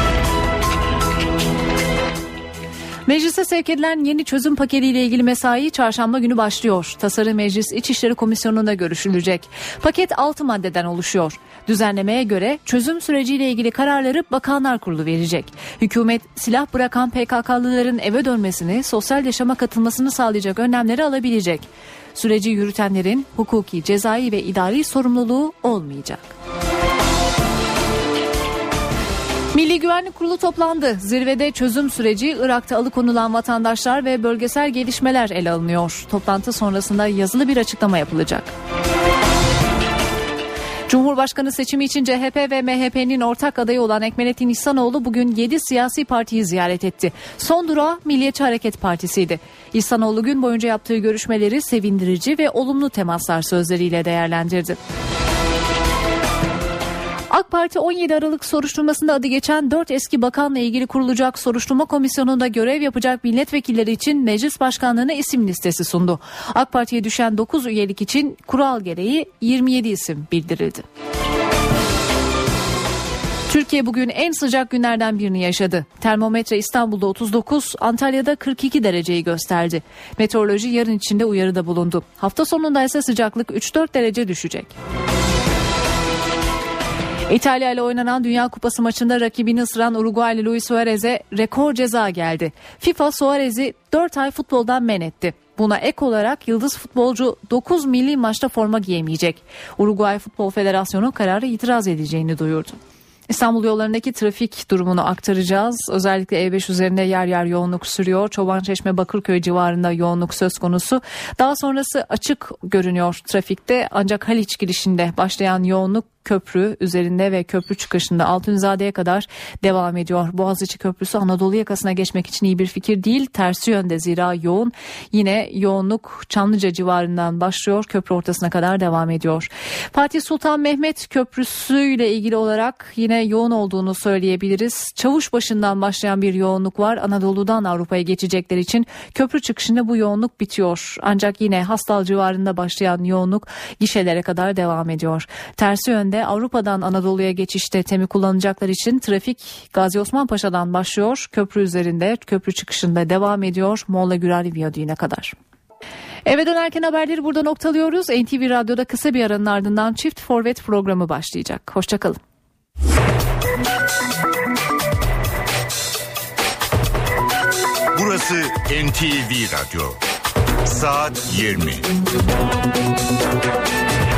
Meclise sevk edilen yeni çözüm paketiyle ilgili mesai çarşamba günü başlıyor. Tasarı Meclis İçişleri Komisyonu'nda görüşülecek. Paket 6 maddeden oluşuyor. Düzenlemeye göre çözüm süreciyle ilgili kararları Bakanlar Kurulu verecek. Hükümet silah bırakan PKK'lıların eve dönmesini, sosyal yaşama katılmasını sağlayacak önlemleri alabilecek. Süreci yürütenlerin hukuki, cezai ve idari sorumluluğu olmayacak. Milli Güvenlik Kurulu toplandı. Zirvede çözüm süreci, Irak'ta alıkonulan vatandaşlar ve bölgesel gelişmeler ele alınıyor. Toplantı sonrasında yazılı bir açıklama yapılacak. Cumhurbaşkanı seçimi için CHP ve MHP'nin ortak adayı olan Ekmelettin İhsanoğlu bugün 7 siyasi partiyi ziyaret etti. Son durağı Milliyetçi Hareket Partisi'ydi. İhsanoğlu gün boyunca yaptığı görüşmeleri sevindirici ve olumlu temaslar sözleriyle değerlendirdi. AK Parti 17 Aralık soruşturmasında adı geçen 4 eski bakanla ilgili kurulacak soruşturma komisyonunda görev yapacak milletvekilleri için meclis başkanlığına isim listesi sundu. AK Parti'ye düşen 9 üyelik için kural gereği 27 isim bildirildi. Türkiye bugün en sıcak günlerden birini yaşadı. Termometre İstanbul'da 39, Antalya'da 42 dereceyi gösterdi. Meteoroloji yarın içinde uyarıda bulundu. Hafta sonunda ise sıcaklık 3-4 derece düşecek. İtalya ile oynanan Dünya Kupası maçında rakibini ısıran Uruguaylı Luis Suarez'e rekor ceza geldi. FIFA Suarez'i 4 ay futboldan men etti. Buna ek olarak yıldız futbolcu 9 milli maçta forma giyemeyecek. Uruguay Futbol Federasyonu kararı itiraz edeceğini duyurdu. İstanbul yollarındaki trafik durumunu aktaracağız. Özellikle E5 üzerinde yer yer yoğunluk sürüyor. Çobançeşme Bakırköy civarında yoğunluk söz konusu. Daha sonrası açık görünüyor trafikte. Ancak Haliç girişinde başlayan yoğunluk köprü üzerinde ve köprü çıkışında Altunizade'ye kadar devam ediyor. Boğaziçi Köprüsü Anadolu yakasına geçmek için iyi bir fikir değil. Tersi yönde zira yoğun. Yine yoğunluk Çamlıca civarından başlıyor. Köprü ortasına kadar devam ediyor. Fatih Sultan Mehmet Köprüsü ile ilgili olarak yine yoğun olduğunu söyleyebiliriz. Çavuşbaşı'ndan başlayan bir yoğunluk var. Anadolu'dan Avrupa'ya geçecekler için köprü çıkışında bu yoğunluk bitiyor. Ancak yine Hastal civarında başlayan yoğunluk gişelere kadar devam ediyor. Tersi yönde Avrupa'dan Anadolu'ya geçişte temi kullanacaklar için trafik Gazi Osman Paşa'dan başlıyor. Köprü üzerinde, köprü çıkışında devam ediyor. Molla Gürali Viyadüğü'ne kadar. Eve dönerken haberleri burada noktalıyoruz. NTV Radyo'da kısa bir aranın ardından Çift Forvet programı başlayacak. Hoşçakalın. Burası NTV Radyo. Saat 20.